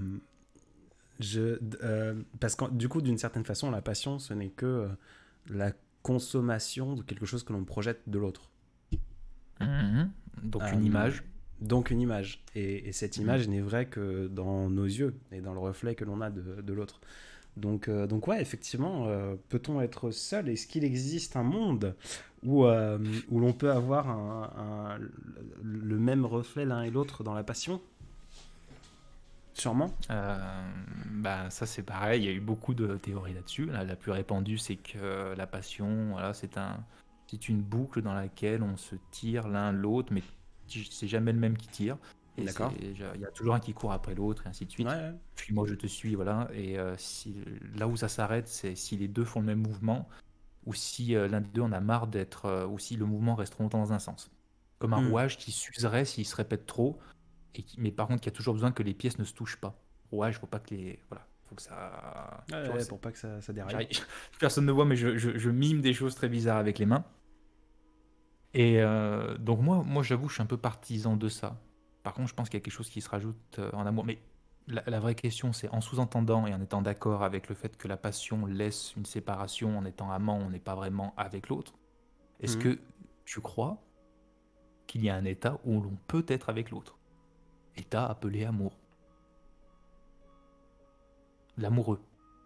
parce que du coup, d'une certaine façon, la passion, ce n'est que la consommation de quelque chose que l'on projette de l'autre. Mhm. Donc une Euh, image. donc une image. Et cette Mhm. image n'est vraie que dans nos yeux et dans le reflet que l'on a de l'autre. Donc ouais, effectivement, peut-on être seul? Est-ce qu'il existe un monde où l'on peut avoir le même reflet l'un et l'autre dans la passion? Sûrement. Bah, ça c'est pareil, il y a eu beaucoup de théories là-dessus. La plus répandue, c'est que la passion, voilà, c'est une boucle dans laquelle on se tire l'un l'autre, mais c'est jamais le même qui tire. Et D'accord. il y a toujours un qui court après l'autre, et ainsi de Ouais, suite. ouais. Puis moi je te suis, voilà. Et là où ça s'arrête, c'est si les deux font le même mouvement, ou si l'un des deux en a marre d'être, ou si le mouvement reste trop longtemps dans un sens. Comme un Hmm. rouage qui s'userait s'il se répète trop, mais par contre qui a toujours besoin que les pièces ne se touchent pas. Rouage, faut pas que les. Voilà, faut que ça. Ouais, Tu vois, ouais, pour pas que ça déraille. j'arrive- personne ne voit, mais je mime des choses très bizarres avec les mains. Et donc moi j'avoue, je suis un peu partisan de ça. Par contre, je pense qu'il y a quelque chose qui se rajoute en amour. Mais la vraie question, c'est en sous-entendant et en étant d'accord avec le fait que la passion laisse une séparation, en étant amant, on n'est pas vraiment avec l'autre. Est-ce Hmm. que tu crois qu'il y a un état où l'on peut être avec l'autre? État appelé amour. L'amoureux.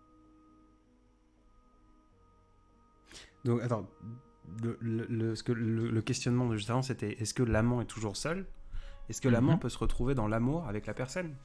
Donc, attends, le questionnement de juste avant, c'était est-ce que l'amant est toujours seul? Est-ce que l'amant Mhm. peut se retrouver dans l'amour avec la personne?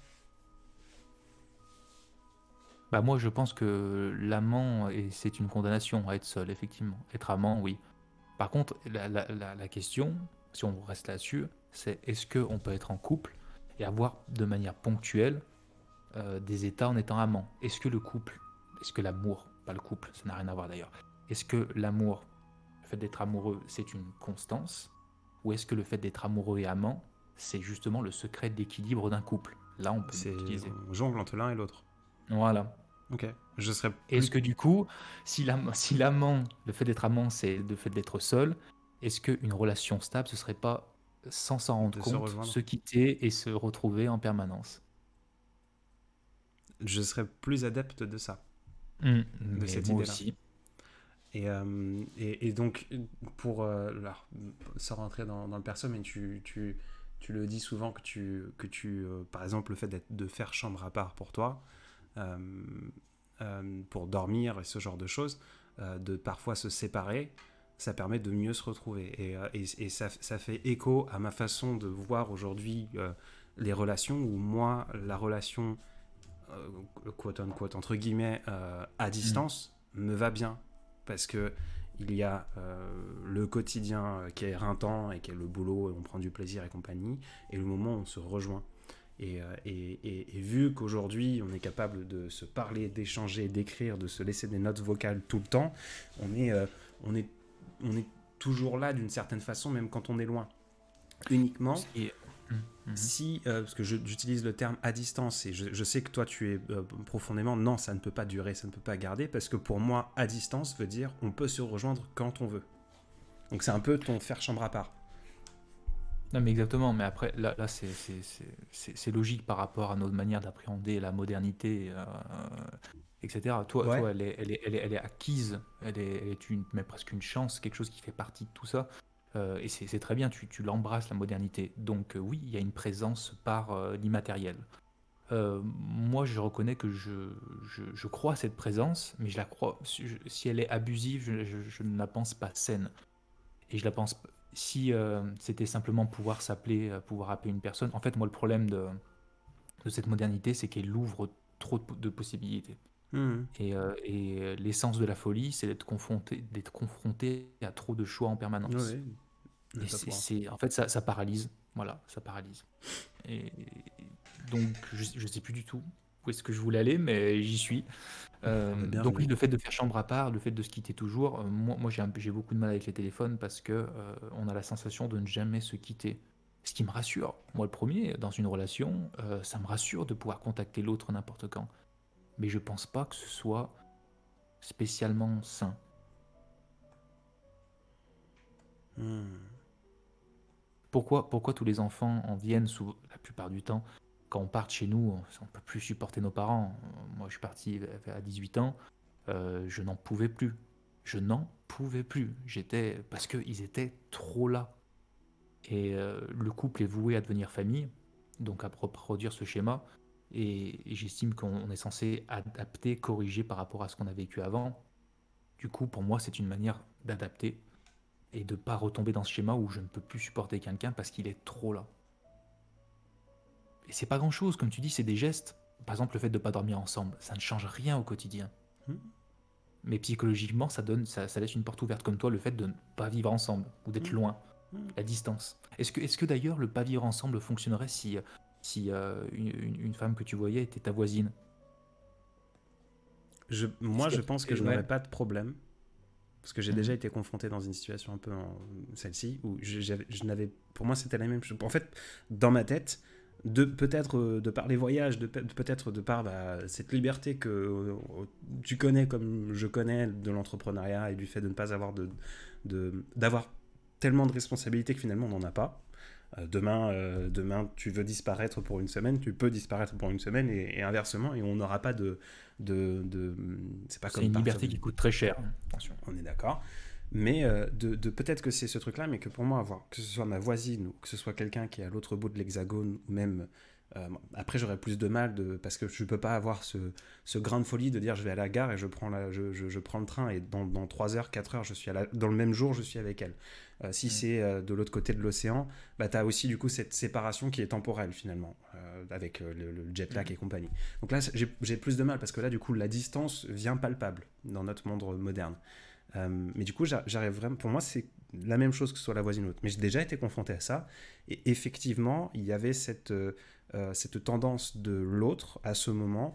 Bah moi, je pense que l'amant, c'est une condamnation à être seul, effectivement. Être amant, oui. Par contre, la question, si on reste là-dessus, c'est est-ce qu'on peut être en couple et avoir de manière ponctuelle des états en étant amant? Est-ce que le couple, est-ce que l'amour, pas le couple, ça n'a rien à voir d'ailleurs, est-ce que l'amour, le fait d'être amoureux, c'est une constance? Ou est-ce que le fait d'être amoureux et amant, c'est justement le secret de l'équilibre d'un couple? Là, on peut C'est l'utiliser. on jongle entre l'un et l'autre. Voilà. Ok. Je serais Est-ce plus que du coup, si l'amant, le fait d'être amant, c'est le fait d'être seul, est-ce qu'une relation stable, ce serait pas, sans s'en rendre de se compte, rejoindre. se quitter et se retrouver en permanence? Je serais plus adepte de ça, de Mais cette moi idée-là. aussi. Et donc, pour sans rentrer dans le perso, mais tu le dis souvent par exemple, le fait de faire chambre à part pour toi, euh, pour dormir et ce genre de choses, de parfois se séparer, ça permet de mieux se retrouver. Et ça fait écho à ma façon de voir aujourd'hui les relations, où moi, la relation, quote unquote, entre guillemets, à Mm. distance, me va bien. Parce que il y a le quotidien qui est éreintant et qui est le boulot et on prend du plaisir et compagnie, et le moment où on se rejoint. Et vu qu'aujourd'hui on est capable de se parler, d'échanger, d'écrire, de se laisser des notes vocales tout le temps, on est, euh, on est, on est toujours là d'une certaine façon, même quand on est loin. Uniquement Ce qui est- Mhm. si, parce que j'utilise le terme à distance, et je sais que toi tu es profondément, non, ça ne peut pas durer, ça ne peut pas garder, parce que pour moi, à distance veut dire on peut se rejoindre quand on veut. Donc c'est un peu ton faire chambre à part. Non, mais exactement. Mais après, là c'est logique par rapport à notre manière d'appréhender la modernité, etc. Ouais. Toi elle est acquise, mais presque une chance, quelque chose qui fait partie de tout ça. Et c'est très bien, tu l'embrasses, la modernité. Donc oui, il y a une présence par l'immatériel. moi, je reconnais que je crois à cette présence, mais je la crois. Si elle est abusive, je ne la pense pas saine. Et je la pense. Si c'était simplement pouvoir s'appeler, pouvoir appeler une personne. En fait, moi, le problème de cette modernité, c'est qu'elle ouvre trop de possibilités. Hmm. Et l'essence de la folie, c'est d'être confronté à trop de choix en permanence. Ouais, ne Et pas pouvoir. en fait, ça paralyse. Voilà, ça paralyse. Et donc, je sais plus du tout où est-ce que je voulais aller, mais j'y suis. Bah, Donc oui, bienvenue. le fait de faire chambre à part, le fait de se quitter toujours, moi j'ai beaucoup de mal avec les téléphones parce que on a la sensation de ne jamais se quitter. Ce qui me rassure, moi le premier, dans une relation, ça me rassure de pouvoir contacter l'autre n'importe quand. Mais je pense pas que ce soit spécialement sain. Hmm. Pourquoi tous les enfants en viennent la plupart du temps quand on part de chez nous, on peut plus supporter nos parents. Moi je suis parti à 18 ans, je n'en pouvais plus. Je n'en pouvais plus. Parce qu'ils étaient trop là. Et le couple est voué à devenir famille, donc à reproduire ce schéma. Et j'estime qu'on est censé adapter, corriger par rapport à ce qu'on a vécu avant. Du coup, pour moi, c'est une manière d'adapter et de ne pas retomber dans ce schéma où je ne peux plus supporter quelqu'un parce qu'il est trop là. Et c'est pas grand chose, comme tu dis, c'est des gestes. Par exemple, le fait de ne pas dormir ensemble, ça ne change rien au quotidien. Hmm. Mais psychologiquement, ça laisse une porte ouverte, comme toi, le fait de ne pas vivre ensemble ou d'être Hmm. loin, Hmm. la distance. Est-ce que d'ailleurs le pas vivre ensemble fonctionnerait si une femme que tu voyais était ta voisine? Est-ce Moi, qu'il je y pense que a- je Ouais. n'aurais pas de problème. Parce que j'ai déjà Mhm. été confronté dans une situation un peu celle-ci, où je n'avais. Pour moi, c'était la même chose. En fait, dans ma tête, peut-être de par les voyages, peut-être de par cette liberté que tu connais comme je connais de l'entrepreneuriat et du fait de ne pas avoir d'avoir tellement de responsabilités que finalement on n'en a pas. Demain, tu veux disparaître pour une semaine, tu peux disparaître pour une semaine et inversement, et on n'aura pas de c'est pas C'est comme une partir liberté du. qui coûte très cher, hein. Attention. On est d'accord. Mais peut-être que c'est ce truc-là, mais que pour moi, que ce soit ma voisine ou que ce soit quelqu'un qui est à l'autre bout de l'hexagone, ou même. Après, j'aurais plus de mal parce que je ne peux pas avoir ce grain de folie de dire je vais à la gare et je prends le train et dans 3 heures, 4 heures, dans le même jour, je suis avec elle. Si Mhm. c'est de l'autre côté de l'océan, bah, tu as aussi du coup cette séparation qui est temporelle finalement, avec le jet lag Mhm. et compagnie. Donc là, j'ai plus de mal parce que là, du coup, la distance vient palpable dans notre monde moderne. Mais du coup, j'arrive vraiment. Pour moi, c'est la même chose que ce soit la voisine ou l'autre. Mais j'ai déjà été confronté à ça. Et effectivement, il y avait cette tendance de l'autre à ce moment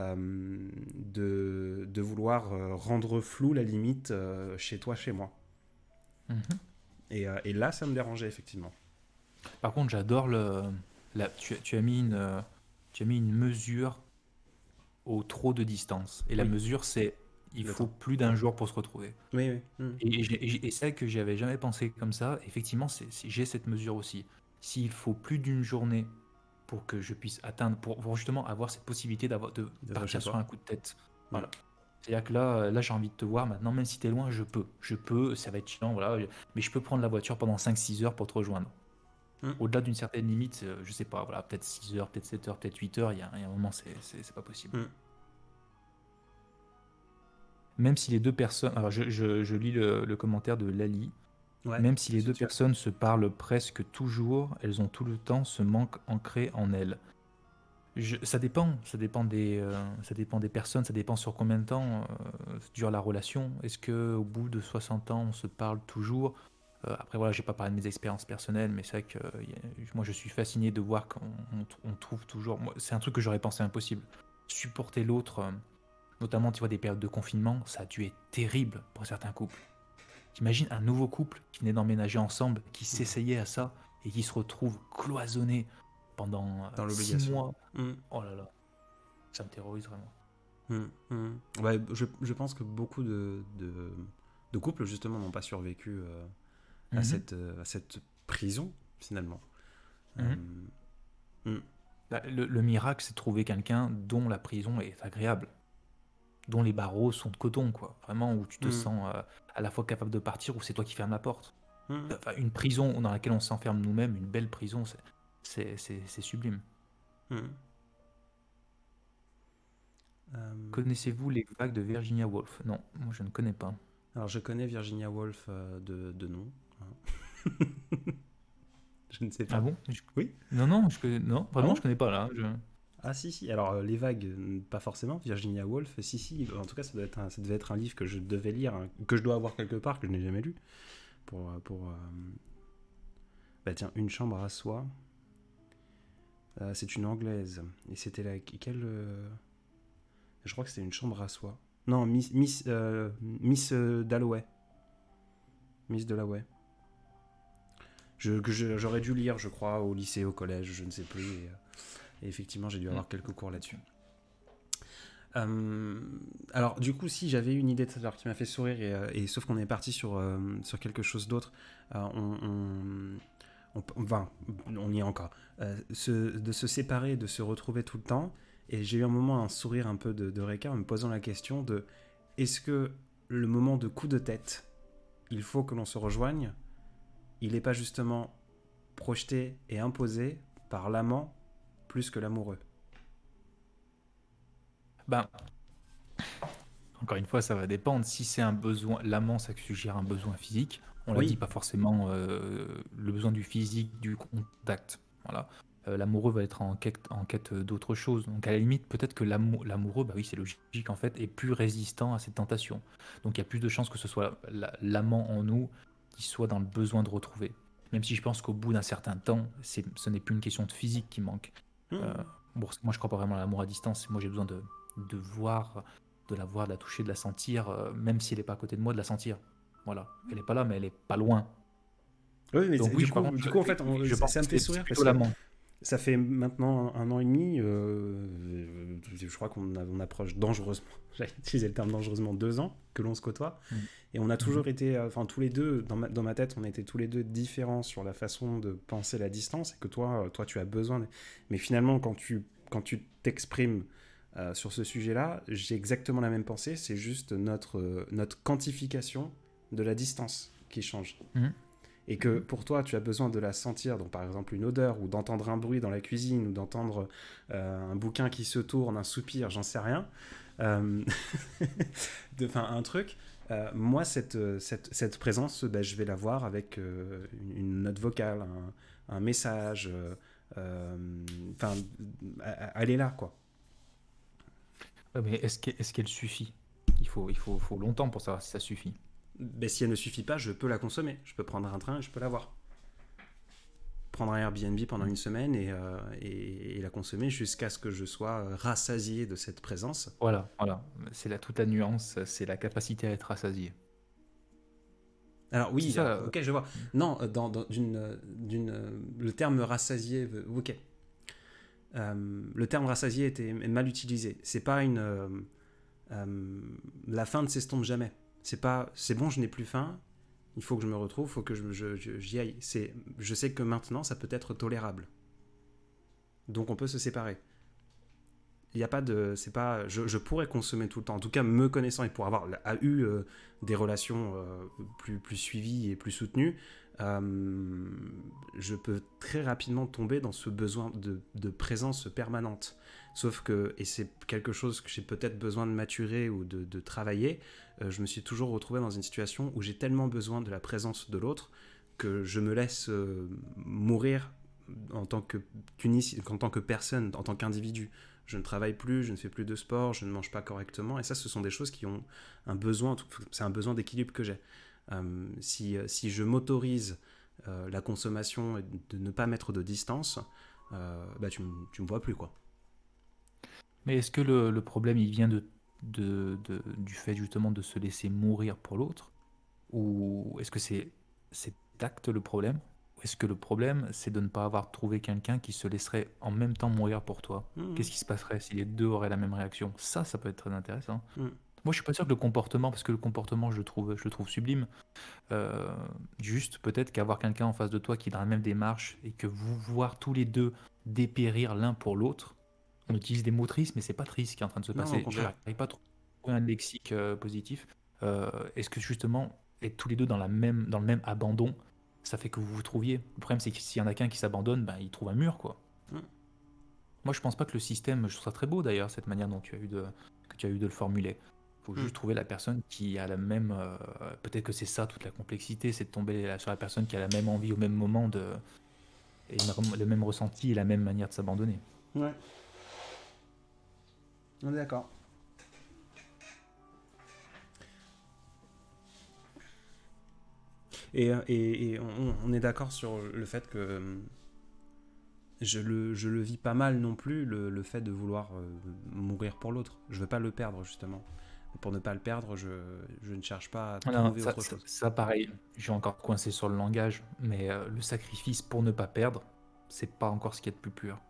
de vouloir rendre flou la limite chez toi, chez moi. Mhm. Et là, ça me dérangeait effectivement. Par contre, j'adore tu as tu as mis une mesure au trop de distance. Et la Oui, mesure, c'est il le faut temps. plus d'un jour pour se retrouver. Oui, oui. Mm. Et c'est vrai que j'y avais jamais pensé comme ça. Effectivement, j'ai cette mesure aussi. S'il faut plus d'une journée pour que je puisse atteindre, pour justement avoir cette possibilité de D'être chez partir sur toi. un coup de tête. Mm. Voilà. C'est-à-dire que là j'ai envie de te voir maintenant, même si t'es loin, je peux. Je peux, ça va être chiant, voilà. Mais je peux prendre la voiture pendant 5-6 heures pour te rejoindre. Mm. Au-delà d'une certaine limite, je sais pas, voilà, peut-être 6 heures, peut-être 7 heures, peut-être 8 heures, il y a un moment, c'est pas possible. Mm. Même si les deux personnes. Alors, je lis le commentaire de Lali. Ouais, Même si les si deux tu veux. personnes se parlent presque toujours, elles ont tout le temps ce manque ancré en elles. Ça dépend des personnes, ça dépend sur combien de temps dure la relation. Est-ce que au bout de 60 ans, on se parle toujours? Après voilà, j'ai pas parlé de mes expériences personnelles, mais c'est vrai que moi je suis fasciné de voir qu'on trouve toujours. C'est un truc que j'aurais pensé impossible. Supporter l'autre, notamment tu vois des périodes de confinement, ça a dû être terrible pour certains couples. T'imagines un nouveau couple qui venait d'emménager ensemble, qui s'essayait à ça et qui se retrouve cloisonné pendant Dans 6 l'obligation. mois. Mm. Oh là là, ça me terrorise vraiment. Mm. Mm. Ouais, je pense que beaucoup de couples, justement, n'ont pas survécu Mhm, à cette prison, finalement. Euh, mhm. mm, Bah, le miracle, c'est de trouver quelqu'un dont la prison est agréable, dont les barreaux sont de coton, quoi. Vraiment, où tu te mm, sens à la fois capable de partir, ou c'est toi qui fermes la porte. mm, Enfin, une prison dans laquelle on s'enferme nous-mêmes, une belle prison, c'est sublime. mm. Connaissez-vous les vagues de Virginia Woolf? Non, moi je ne connais pas. Alors, je connais Virginia Woolf de nom. Hein. Je ne sais Ah pas. bon? Oui. Non, non, non, Ah vraiment, je bon? connais pas là. Ah si, si. Alors, les vagues, pas forcément. Virginia Woolf, si, si. En tout cas, ça devait être un livre que je devais lire, hein, que je dois avoir quelque part, que je n'ai jamais lu. Bah tiens, Une chambre à soi. C'est une anglaise. Et c'était quelle... Je crois que c'était Une chambre à soi. Non, Miss Dalloway. Miss Dalloway. J'aurais dû lire, je crois, au lycée, au collège, je ne sais plus. Et effectivement, j'ai dû avoir quelques cours là-dessus. Alors, du coup, si j'avais une idée tout à l'heure qui m'a fait sourire, et sauf qu'on est parti sur quelque chose d'autre, on y est encore. De se séparer, de se retrouver tout le temps. Et j'ai eu un moment, un sourire un peu de Reka en me posant la question de est-ce que le moment de coup de tête, il faut que l'on se rejoigne, il n'est pas justement projeté et imposé par l'amant plus que l'amoureux? Ben, encore une fois, ça va dépendre. Si c'est un besoin, l'amant, ça suggère un besoin physique. On l'a dit, Oui, pas forcément le besoin du physique, du contact. Voilà. L'amoureux va être en quête d'autre chose. Donc à la limite, peut-être que l'amoureux, bah oui, c'est logique en fait, est plus résistant à cette tentation. Donc il y a plus de chances que ce soit l'amant en nous qui soit dans le besoin de retrouver. Même si je pense qu'au bout d'un certain temps, ce n'est plus une question de physique qui manque. Euh, bon, moi, je crois pas vraiment à l'amour à distance. Moi, j'ai besoin de voir, de la voir, de la toucher, de la sentir, même si elle n'est pas à côté de moi, de la sentir. Voilà. Elle n'est pas là, mais elle est pas loin. oui, mais Donc oui, du coup, en fait, je pense ça que me fait c'est sourire parce plutôt que l'amant. ça fait maintenant 1 an et demi, je crois on approche dangereusement, j'allais utiliser le terme dangereusement, 2 ans que l'on se côtoie. Mm. Et on a Mhm. toujours été, enfin tous les deux, dans ma tête, on était tous les deux différents sur la façon de penser la distance, et que toi tu as besoin. Mais finalement, quand tu t'exprimes sur ce sujet-là, j'ai exactement la même pensée, c'est juste notre quantification de la distance qui change. Mhm. Et que pour toi, tu as besoin de la sentir, donc par exemple une odeur, ou d'entendre un bruit dans la cuisine, ou d'entendre un bouquin qui se tourne, un soupir, j'en sais rien, euh, enfin un truc. Moi, cette présence, ben, je vais la voir avec une note vocale, un message. Enfin, elle est là, quoi. Ouais, mais est-ce qu'elle suffit? Faut longtemps pour savoir si ça suffit. Ben, si elle ne suffit pas, je peux la consommer. Je peux prendre un train et je peux la voir. Prendre un Airbnb pendant Mm. une semaine et la consommer jusqu'à ce que je sois rassasié de cette présence. Voilà, voilà. C'est toute la nuance, c'est la capacité à être rassasié. Alors C'est oui, ça. alors, ok, je vois. Non, le terme rassasié, ok. Le terme rassasié était mal utilisé. C'est pas la faim ne s'estompe jamais. C'est pas, c'est bon, je n'ai plus faim. Il faut que je me retrouve, il faut que j'y aille. Je sais que maintenant, ça peut être tolérable. Donc on peut se séparer. Il n'y a pas de, c'est pas, je pourrais consommer tout le temps. En tout cas, me connaissant et pour avoir eu des relations plus suivies et plus soutenues, je peux très rapidement tomber dans ce besoin de présence permanente. Sauf que, et c'est quelque chose que j'ai peut-être besoin de maturer ou de travailler, je me suis toujours retrouvé dans une situation où j'ai tellement besoin de la présence de l'autre que je me laisse mourir en tant en tant que personne, en tant qu'individu. Je ne travaille plus, je ne fais plus de sport, je ne mange pas correctement. Et ça, ce sont des choses qui ont un besoin, c'est un besoin d'équilibre que j'ai. Si je m'autorise la consommation et de ne pas mettre de distance, bah tu me vois plus, quoi. Mais est-ce que le problème, il vient du fait justement de se laisser mourir pour l'autre? Ou est-ce que c'est tact le problème? Ou est-ce que le problème, c'est de ne pas avoir trouvé quelqu'un qui se laisserait en même temps mourir pour toi? Mmh, Qu'est-ce qui se passerait si les deux auraient la même réaction? Ça peut être très intéressant. mmh. Moi, je suis pas sûr que le comportement, parce que le comportement, je le trouve sublime. Euh, Juste, peut-être qu'avoir quelqu'un en face de toi qui est dans la même démarche et que vous voir tous les deux dépérir l'un pour l'autre, on utilise des mots tristes, mais c'est pas triste ce qui est en train de se Non, au passer. contraire. J'arrive pas à trouver un lexique positif. Est-ce que justement, être tous les deux dans le même abandon, ça fait que vous vous trouviez? Le problème, c'est que s'il y en a qu'un qui s'abandonne, ben, il trouve un mur, quoi. Mmh. Moi, je pense pas que le système, je trouve ça très beau d'ailleurs, cette manière dont tu as eu tu as eu de le formuler. Il faut Hmm. juste trouver la personne qui a la même. Peut-être que c'est ça toute la complexité, c'est de tomber sur la personne qui a la même envie au même moment et le même ressenti et la même manière de s'abandonner. Ouais, on est d'accord. Et on est d'accord sur le fait que je le vis pas mal non plus, le fait de vouloir mourir pour l'autre. Je veux pas le perdre, justement. Pour ne pas le perdre, je ne cherche pas à Non, trouver autre chose. ça, pareil, je suis encore coincé sur le langage, mais le sacrifice pour ne pas perdre, c'est pas encore ce qu'il y a de plus pur.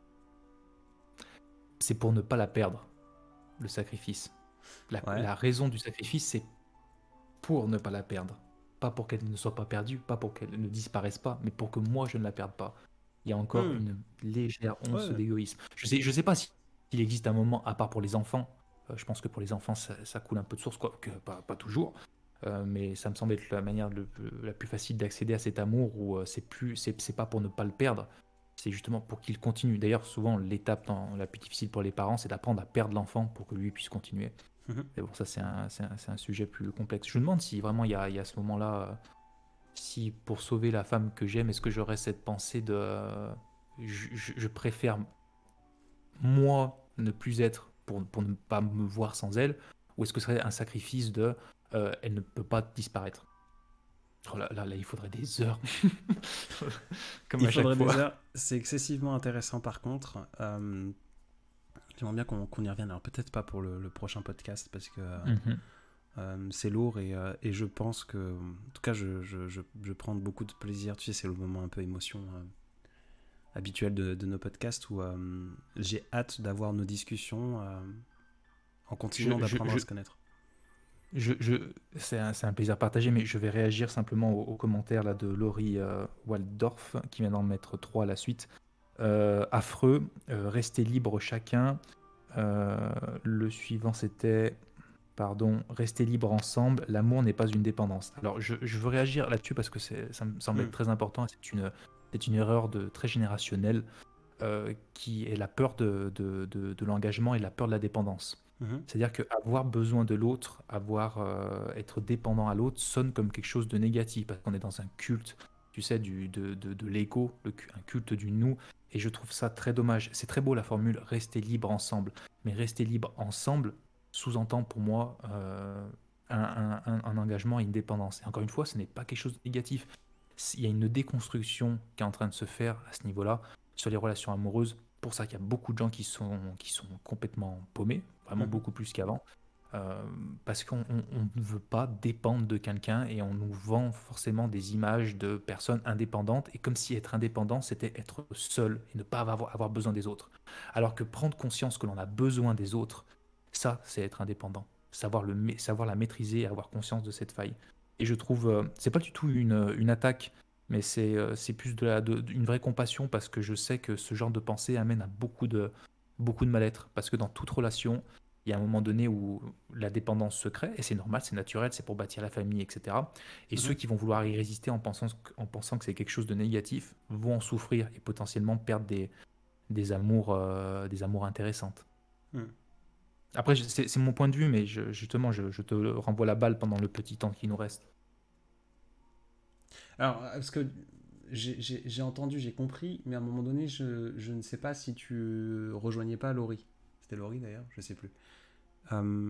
C'est pour ne pas la perdre, le sacrifice. Ouais. La raison du sacrifice, c'est pour ne pas la perdre. Pas pour qu'elle ne soit pas perdue, pas pour qu'elle ne disparaisse pas, mais pour que moi je ne la perde pas. Il y a encore Hmm. une légère once Ouais. d'égoïsme. Je sais pas s'il existe un moment, à part pour les enfants. Je pense que pour les enfants, ça coule un peu de source, quoi, que pas toujours. Mais ça me semble être la manière la plus facile d'accéder à cet amour où c'est pas pour ne pas le perdre, c'est justement pour qu'il continue. D'ailleurs, souvent, l'étape la plus difficile pour les parents, c'est d'apprendre à perdre l'enfant pour que lui puisse continuer. Mhm. Mais bon, ça, c'est un sujet plus complexe. Je me demande si vraiment il y a ce moment-là, si pour sauver la femme que j'aime, est-ce que j'aurais cette pensée de je préfère moi ne plus être pour ne pas me voir sans elle, ou est-ce que ce serait un sacrifice de elle ne peut pas disparaître. Oh là, il faudrait des heures, comme Il à chaque faudrait des fois. heures. C'est excessivement intéressant par contre. J'aimerais bien qu'on y revienne. Alors peut-être pas pour le prochain podcast parce que Mhm. c'est lourd et je pense que, en tout cas, je prends beaucoup de plaisir. Tu sais, c'est le moment un peu émotion habituel de nos podcasts où j'ai hâte d'avoir nos discussions en Je, continuant je, d'apprendre je, à se connaître. je, c'est un plaisir partagé, mais je vais réagir simplement aux commentaires là, de Laurie Waldorf, qui vient d'en mettre 3 à la suite. Affreux, rester libre chacun. Le suivant, c'était, pardon, rester libre ensemble. L'amour n'est pas une dépendance. Alors, je veux réagir là-dessus parce que ça me semble Hmm. être très important. C'est une erreur très générationnelle qui est la peur de l'engagement et la peur de la dépendance. Mhm. C'est-à-dire qu'avoir besoin de l'autre, être dépendant à l'autre sonne comme quelque chose de négatif parce qu'on est dans un culte, tu sais, de l'ego, un culte du nous. Et je trouve ça très dommage. C'est très beau la formule rester libre ensemble. Mais rester libre ensemble sous-entend pour moi un engagement et une dépendance. Et encore une fois, ce n'est pas quelque chose de négatif. Il y a une déconstruction qui est en train de se faire à ce niveau-là sur les relations amoureuses. Pour ça qu'il y a beaucoup de gens qui sont complètement paumés, vraiment Mhm. beaucoup plus qu'avant, euh, parce qu'on ne veut pas dépendre de quelqu'un et on nous vend forcément des images de personnes indépendantes et comme si être indépendant, c'était être seul et ne pas avoir besoin des autres. Alors que prendre conscience que l'on a besoin des autres, ça, c'est être indépendant. Savoir la maîtriser et avoir conscience de cette faille. Et je trouve, c'est pas du tout une attaque, mais c'est plus une vraie compassion parce que je sais que ce genre de pensée amène à beaucoup de mal-être. Parce que dans toute relation, il y a un moment donné où la dépendance se crée, et c'est normal, c'est naturel, c'est pour bâtir la famille, etc. Et ceux Mhm. qui vont vouloir y résister en pensant que c'est quelque chose de négatif vont en souffrir et potentiellement perdre des amours intéressantes. Hmm. Après, c'est mon point de vue, mais justement, je te renvoie la balle pendant le petit temps qui nous reste. Alors, parce que j'ai entendu, j'ai compris, mais à un moment donné, je ne sais pas si tu rejoignais pas Laurie. C'était Laurie d'ailleurs, je sais plus. Euh,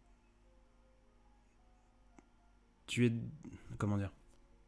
tu es. Comment dire.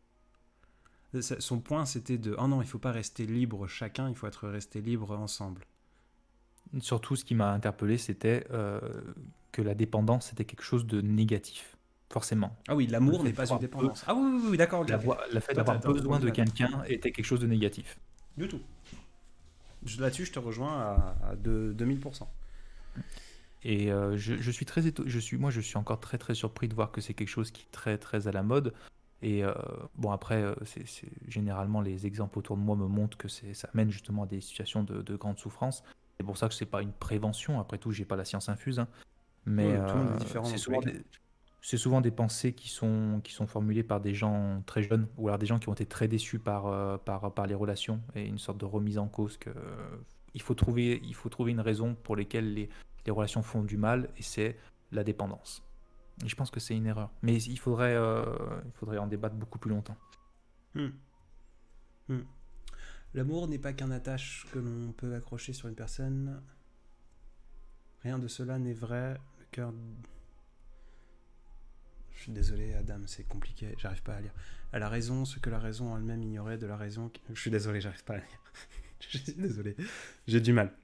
Son point c'était de. Oh non, il faut pas rester libre chacun, il faut être resté libre ensemble. Surtout, ce qui m'a interpellé, c'était que la dépendance, c'était quelque chose de négatif, forcément. Ah oui, Le l'amour fait n'est pas une d'avoir be- dépendance. Ah oui, oui, oui, d'accord, ok, ok. le fait Toi, d'avoir t'as ton point besoin de vue de là-dedans. quelqu'un était quelque chose de négatif. Du tout. Là-dessus, je te rejoins à 2000%. Et je suis moi, je suis encore très très surpris de voir que c'est quelque chose qui est très très à la mode. Et bon, après, généralement les exemples autour de moi me montrent que ça mène justement à des situations de grande souffrance. C'est pour ça que c'est pas une prévention. Après tout, j'ai pas la science infuse, hein. Mais Oui, tout le monde est différent c'est dans tous les souvent cas. des pensées qui sont formulées par des gens très jeunes ou alors des gens qui ont été très déçus par les relations et une sorte de remise en cause que il faut trouver une raison pour lesquelles les relations font du mal et c'est la dépendance. Et je pense que c'est une erreur. Mais il faudrait en débattre beaucoup plus longtemps. Hmm. Hmm. L'amour n'est pas qu'un attache que l'on peut accrocher sur une personne. Rien de cela n'est vrai. Le cœur... Je suis désolé, Adam, c'est compliqué, j'arrive pas à lire. Elle a raison, ce que la raison elle-même ignorait de la raison... Je suis désolé, j'arrive pas à lire. Je suis désolé, j'ai du mal.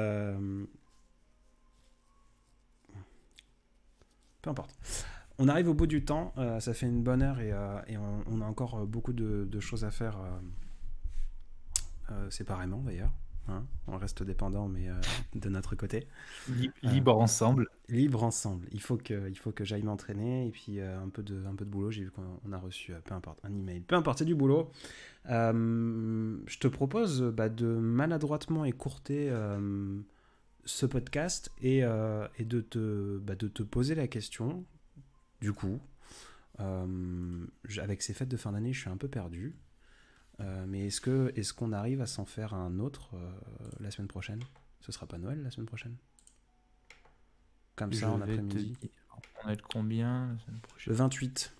Peu importe. On arrive au bout du temps, ça fait une bonne heure et on a encore beaucoup de choses à faire séparément d'ailleurs. Hein, on reste dépendant, mais de notre côté. Libre ensemble. Libre ensemble. Il faut que j'aille m'entraîner et puis un peu de boulot. J'ai vu qu'on a reçu, peu importe, un email. Peu importe, c'est du boulot. Je te propose de maladroitement écourter ce podcast et de te poser la question. Du coup, avec ces fêtes de fin d'année, je suis un peu perdu. Mais est-ce qu'on arrive à s'en faire un autre la semaine prochaine? Ce sera pas Noël la semaine prochaine? Comme ça, en après-midi. On est de combien la semaine prochaine? Le 28.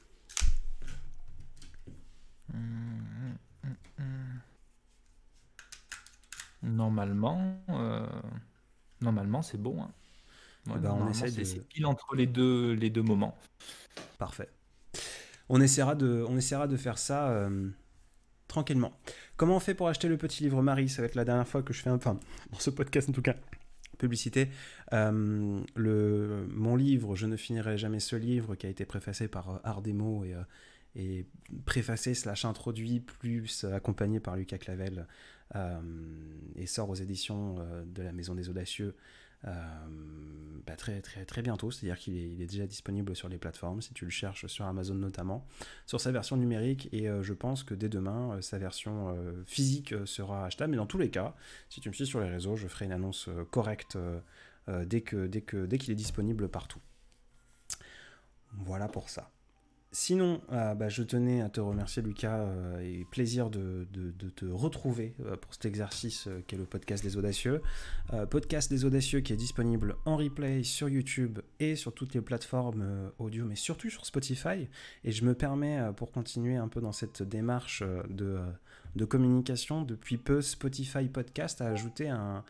Normalement, c'est bon. Hein. Ouais, on essaie c'est pile entre les deux moments. Parfait. On essaiera de faire ça tranquillement. Comment on fait pour acheter le petit livre Marie? Ça va être la dernière fois que je fais dans ce podcast en tout cas, publicité. Mon livre, Je ne finirai jamais ce livre, qui a été préfacé par Art des mots et préfacé / introduit plus accompagné par Lucas Clavel et sort aux éditions de la Maison des Audacieux très, très, très bientôt, c'est-à-dire qu'il est déjà disponible sur les plateformes, si tu le cherches sur Amazon notamment, sur sa version numérique, et je pense que dès demain, sa version physique sera achetable, mais dans tous les cas, si tu me suis sur les réseaux, je ferai une annonce correcte dès qu'il est disponible partout. Voilà pour ça. Sinon, je tenais à te remercier, Lucas, et plaisir de te retrouver pour cet exercice qu'est le podcast des Audacieux. Podcast des Audacieux qui est disponible en replay sur YouTube et sur toutes les plateformes audio, mais surtout sur Spotify. Et je me permets, pour continuer un peu dans cette démarche de communication, depuis peu, Spotify Podcast a ajouté un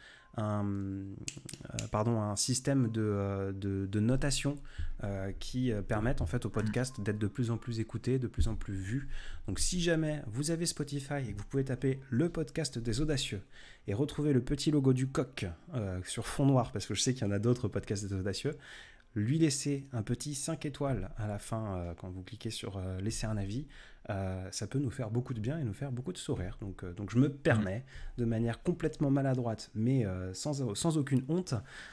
système de notation qui permettent en fait au podcast d'être de plus en plus écouté, de plus en plus vu. Donc si jamais vous avez Spotify et que vous pouvez taper le podcast des Audacieux et retrouver le petit logo du coq sur fond noir, parce que je sais qu'il y en a d'autres podcasts des Audacieux, lui laisser un petit 5 étoiles à la fin quand vous cliquez sur laisser un avis, ça peut nous faire beaucoup de bien et nous faire beaucoup de sourire. Donc je me permets, de manière complètement maladroite, mais sans aucune honte,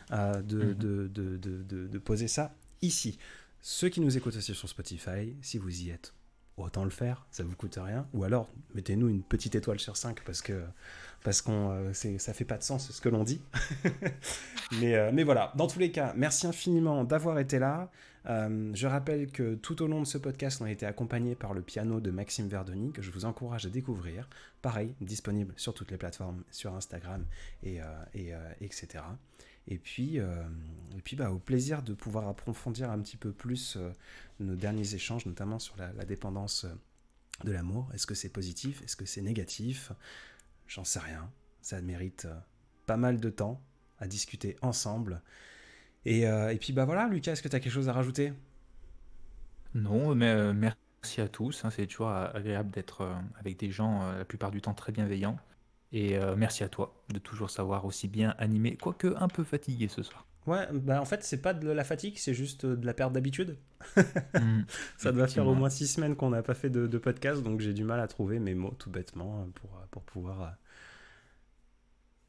de poser ça ici. Ceux qui nous écoutent aussi sur Spotify, si vous y êtes, autant le faire, ça vous coûte rien. Ou alors, mettez-nous une petite étoile sur 5 parce que ça fait pas de sens ce que l'on dit. mais voilà, dans tous les cas, merci infiniment d'avoir été là. Je rappelle que tout au long de ce podcast, on a été accompagné par le piano de Maxime Verdoni, que je vous encourage à découvrir. Pareil, disponible sur toutes les plateformes, sur Instagram, etc. Et puis au plaisir de pouvoir approfondir un petit peu plus nos derniers échanges, notamment sur la dépendance de l'amour. Est-ce que c'est positif? Est-ce que c'est négatif? J'en sais rien. Ça mérite pas mal de temps à discuter ensemble. Et puis voilà, Lucas, est-ce que tu as quelque chose à rajouter? Non, mais merci à tous. Hein, c'est toujours agréable d'être avec des gens la plupart du temps très bienveillants. Et merci à toi de toujours savoir aussi bien animer, quoique un peu fatigué ce soir. Ouais, en fait, c'est pas de la fatigue, c'est juste de la perte d'habitude. Ça doit faire au Effectivement. moins 6 semaines qu'on n'a pas fait de podcast, donc j'ai du mal à trouver mes mots, tout bêtement, pour pouvoir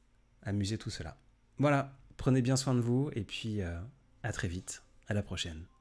amuser tout cela. Voilà, prenez bien soin de vous, et puis à très vite, à la prochaine.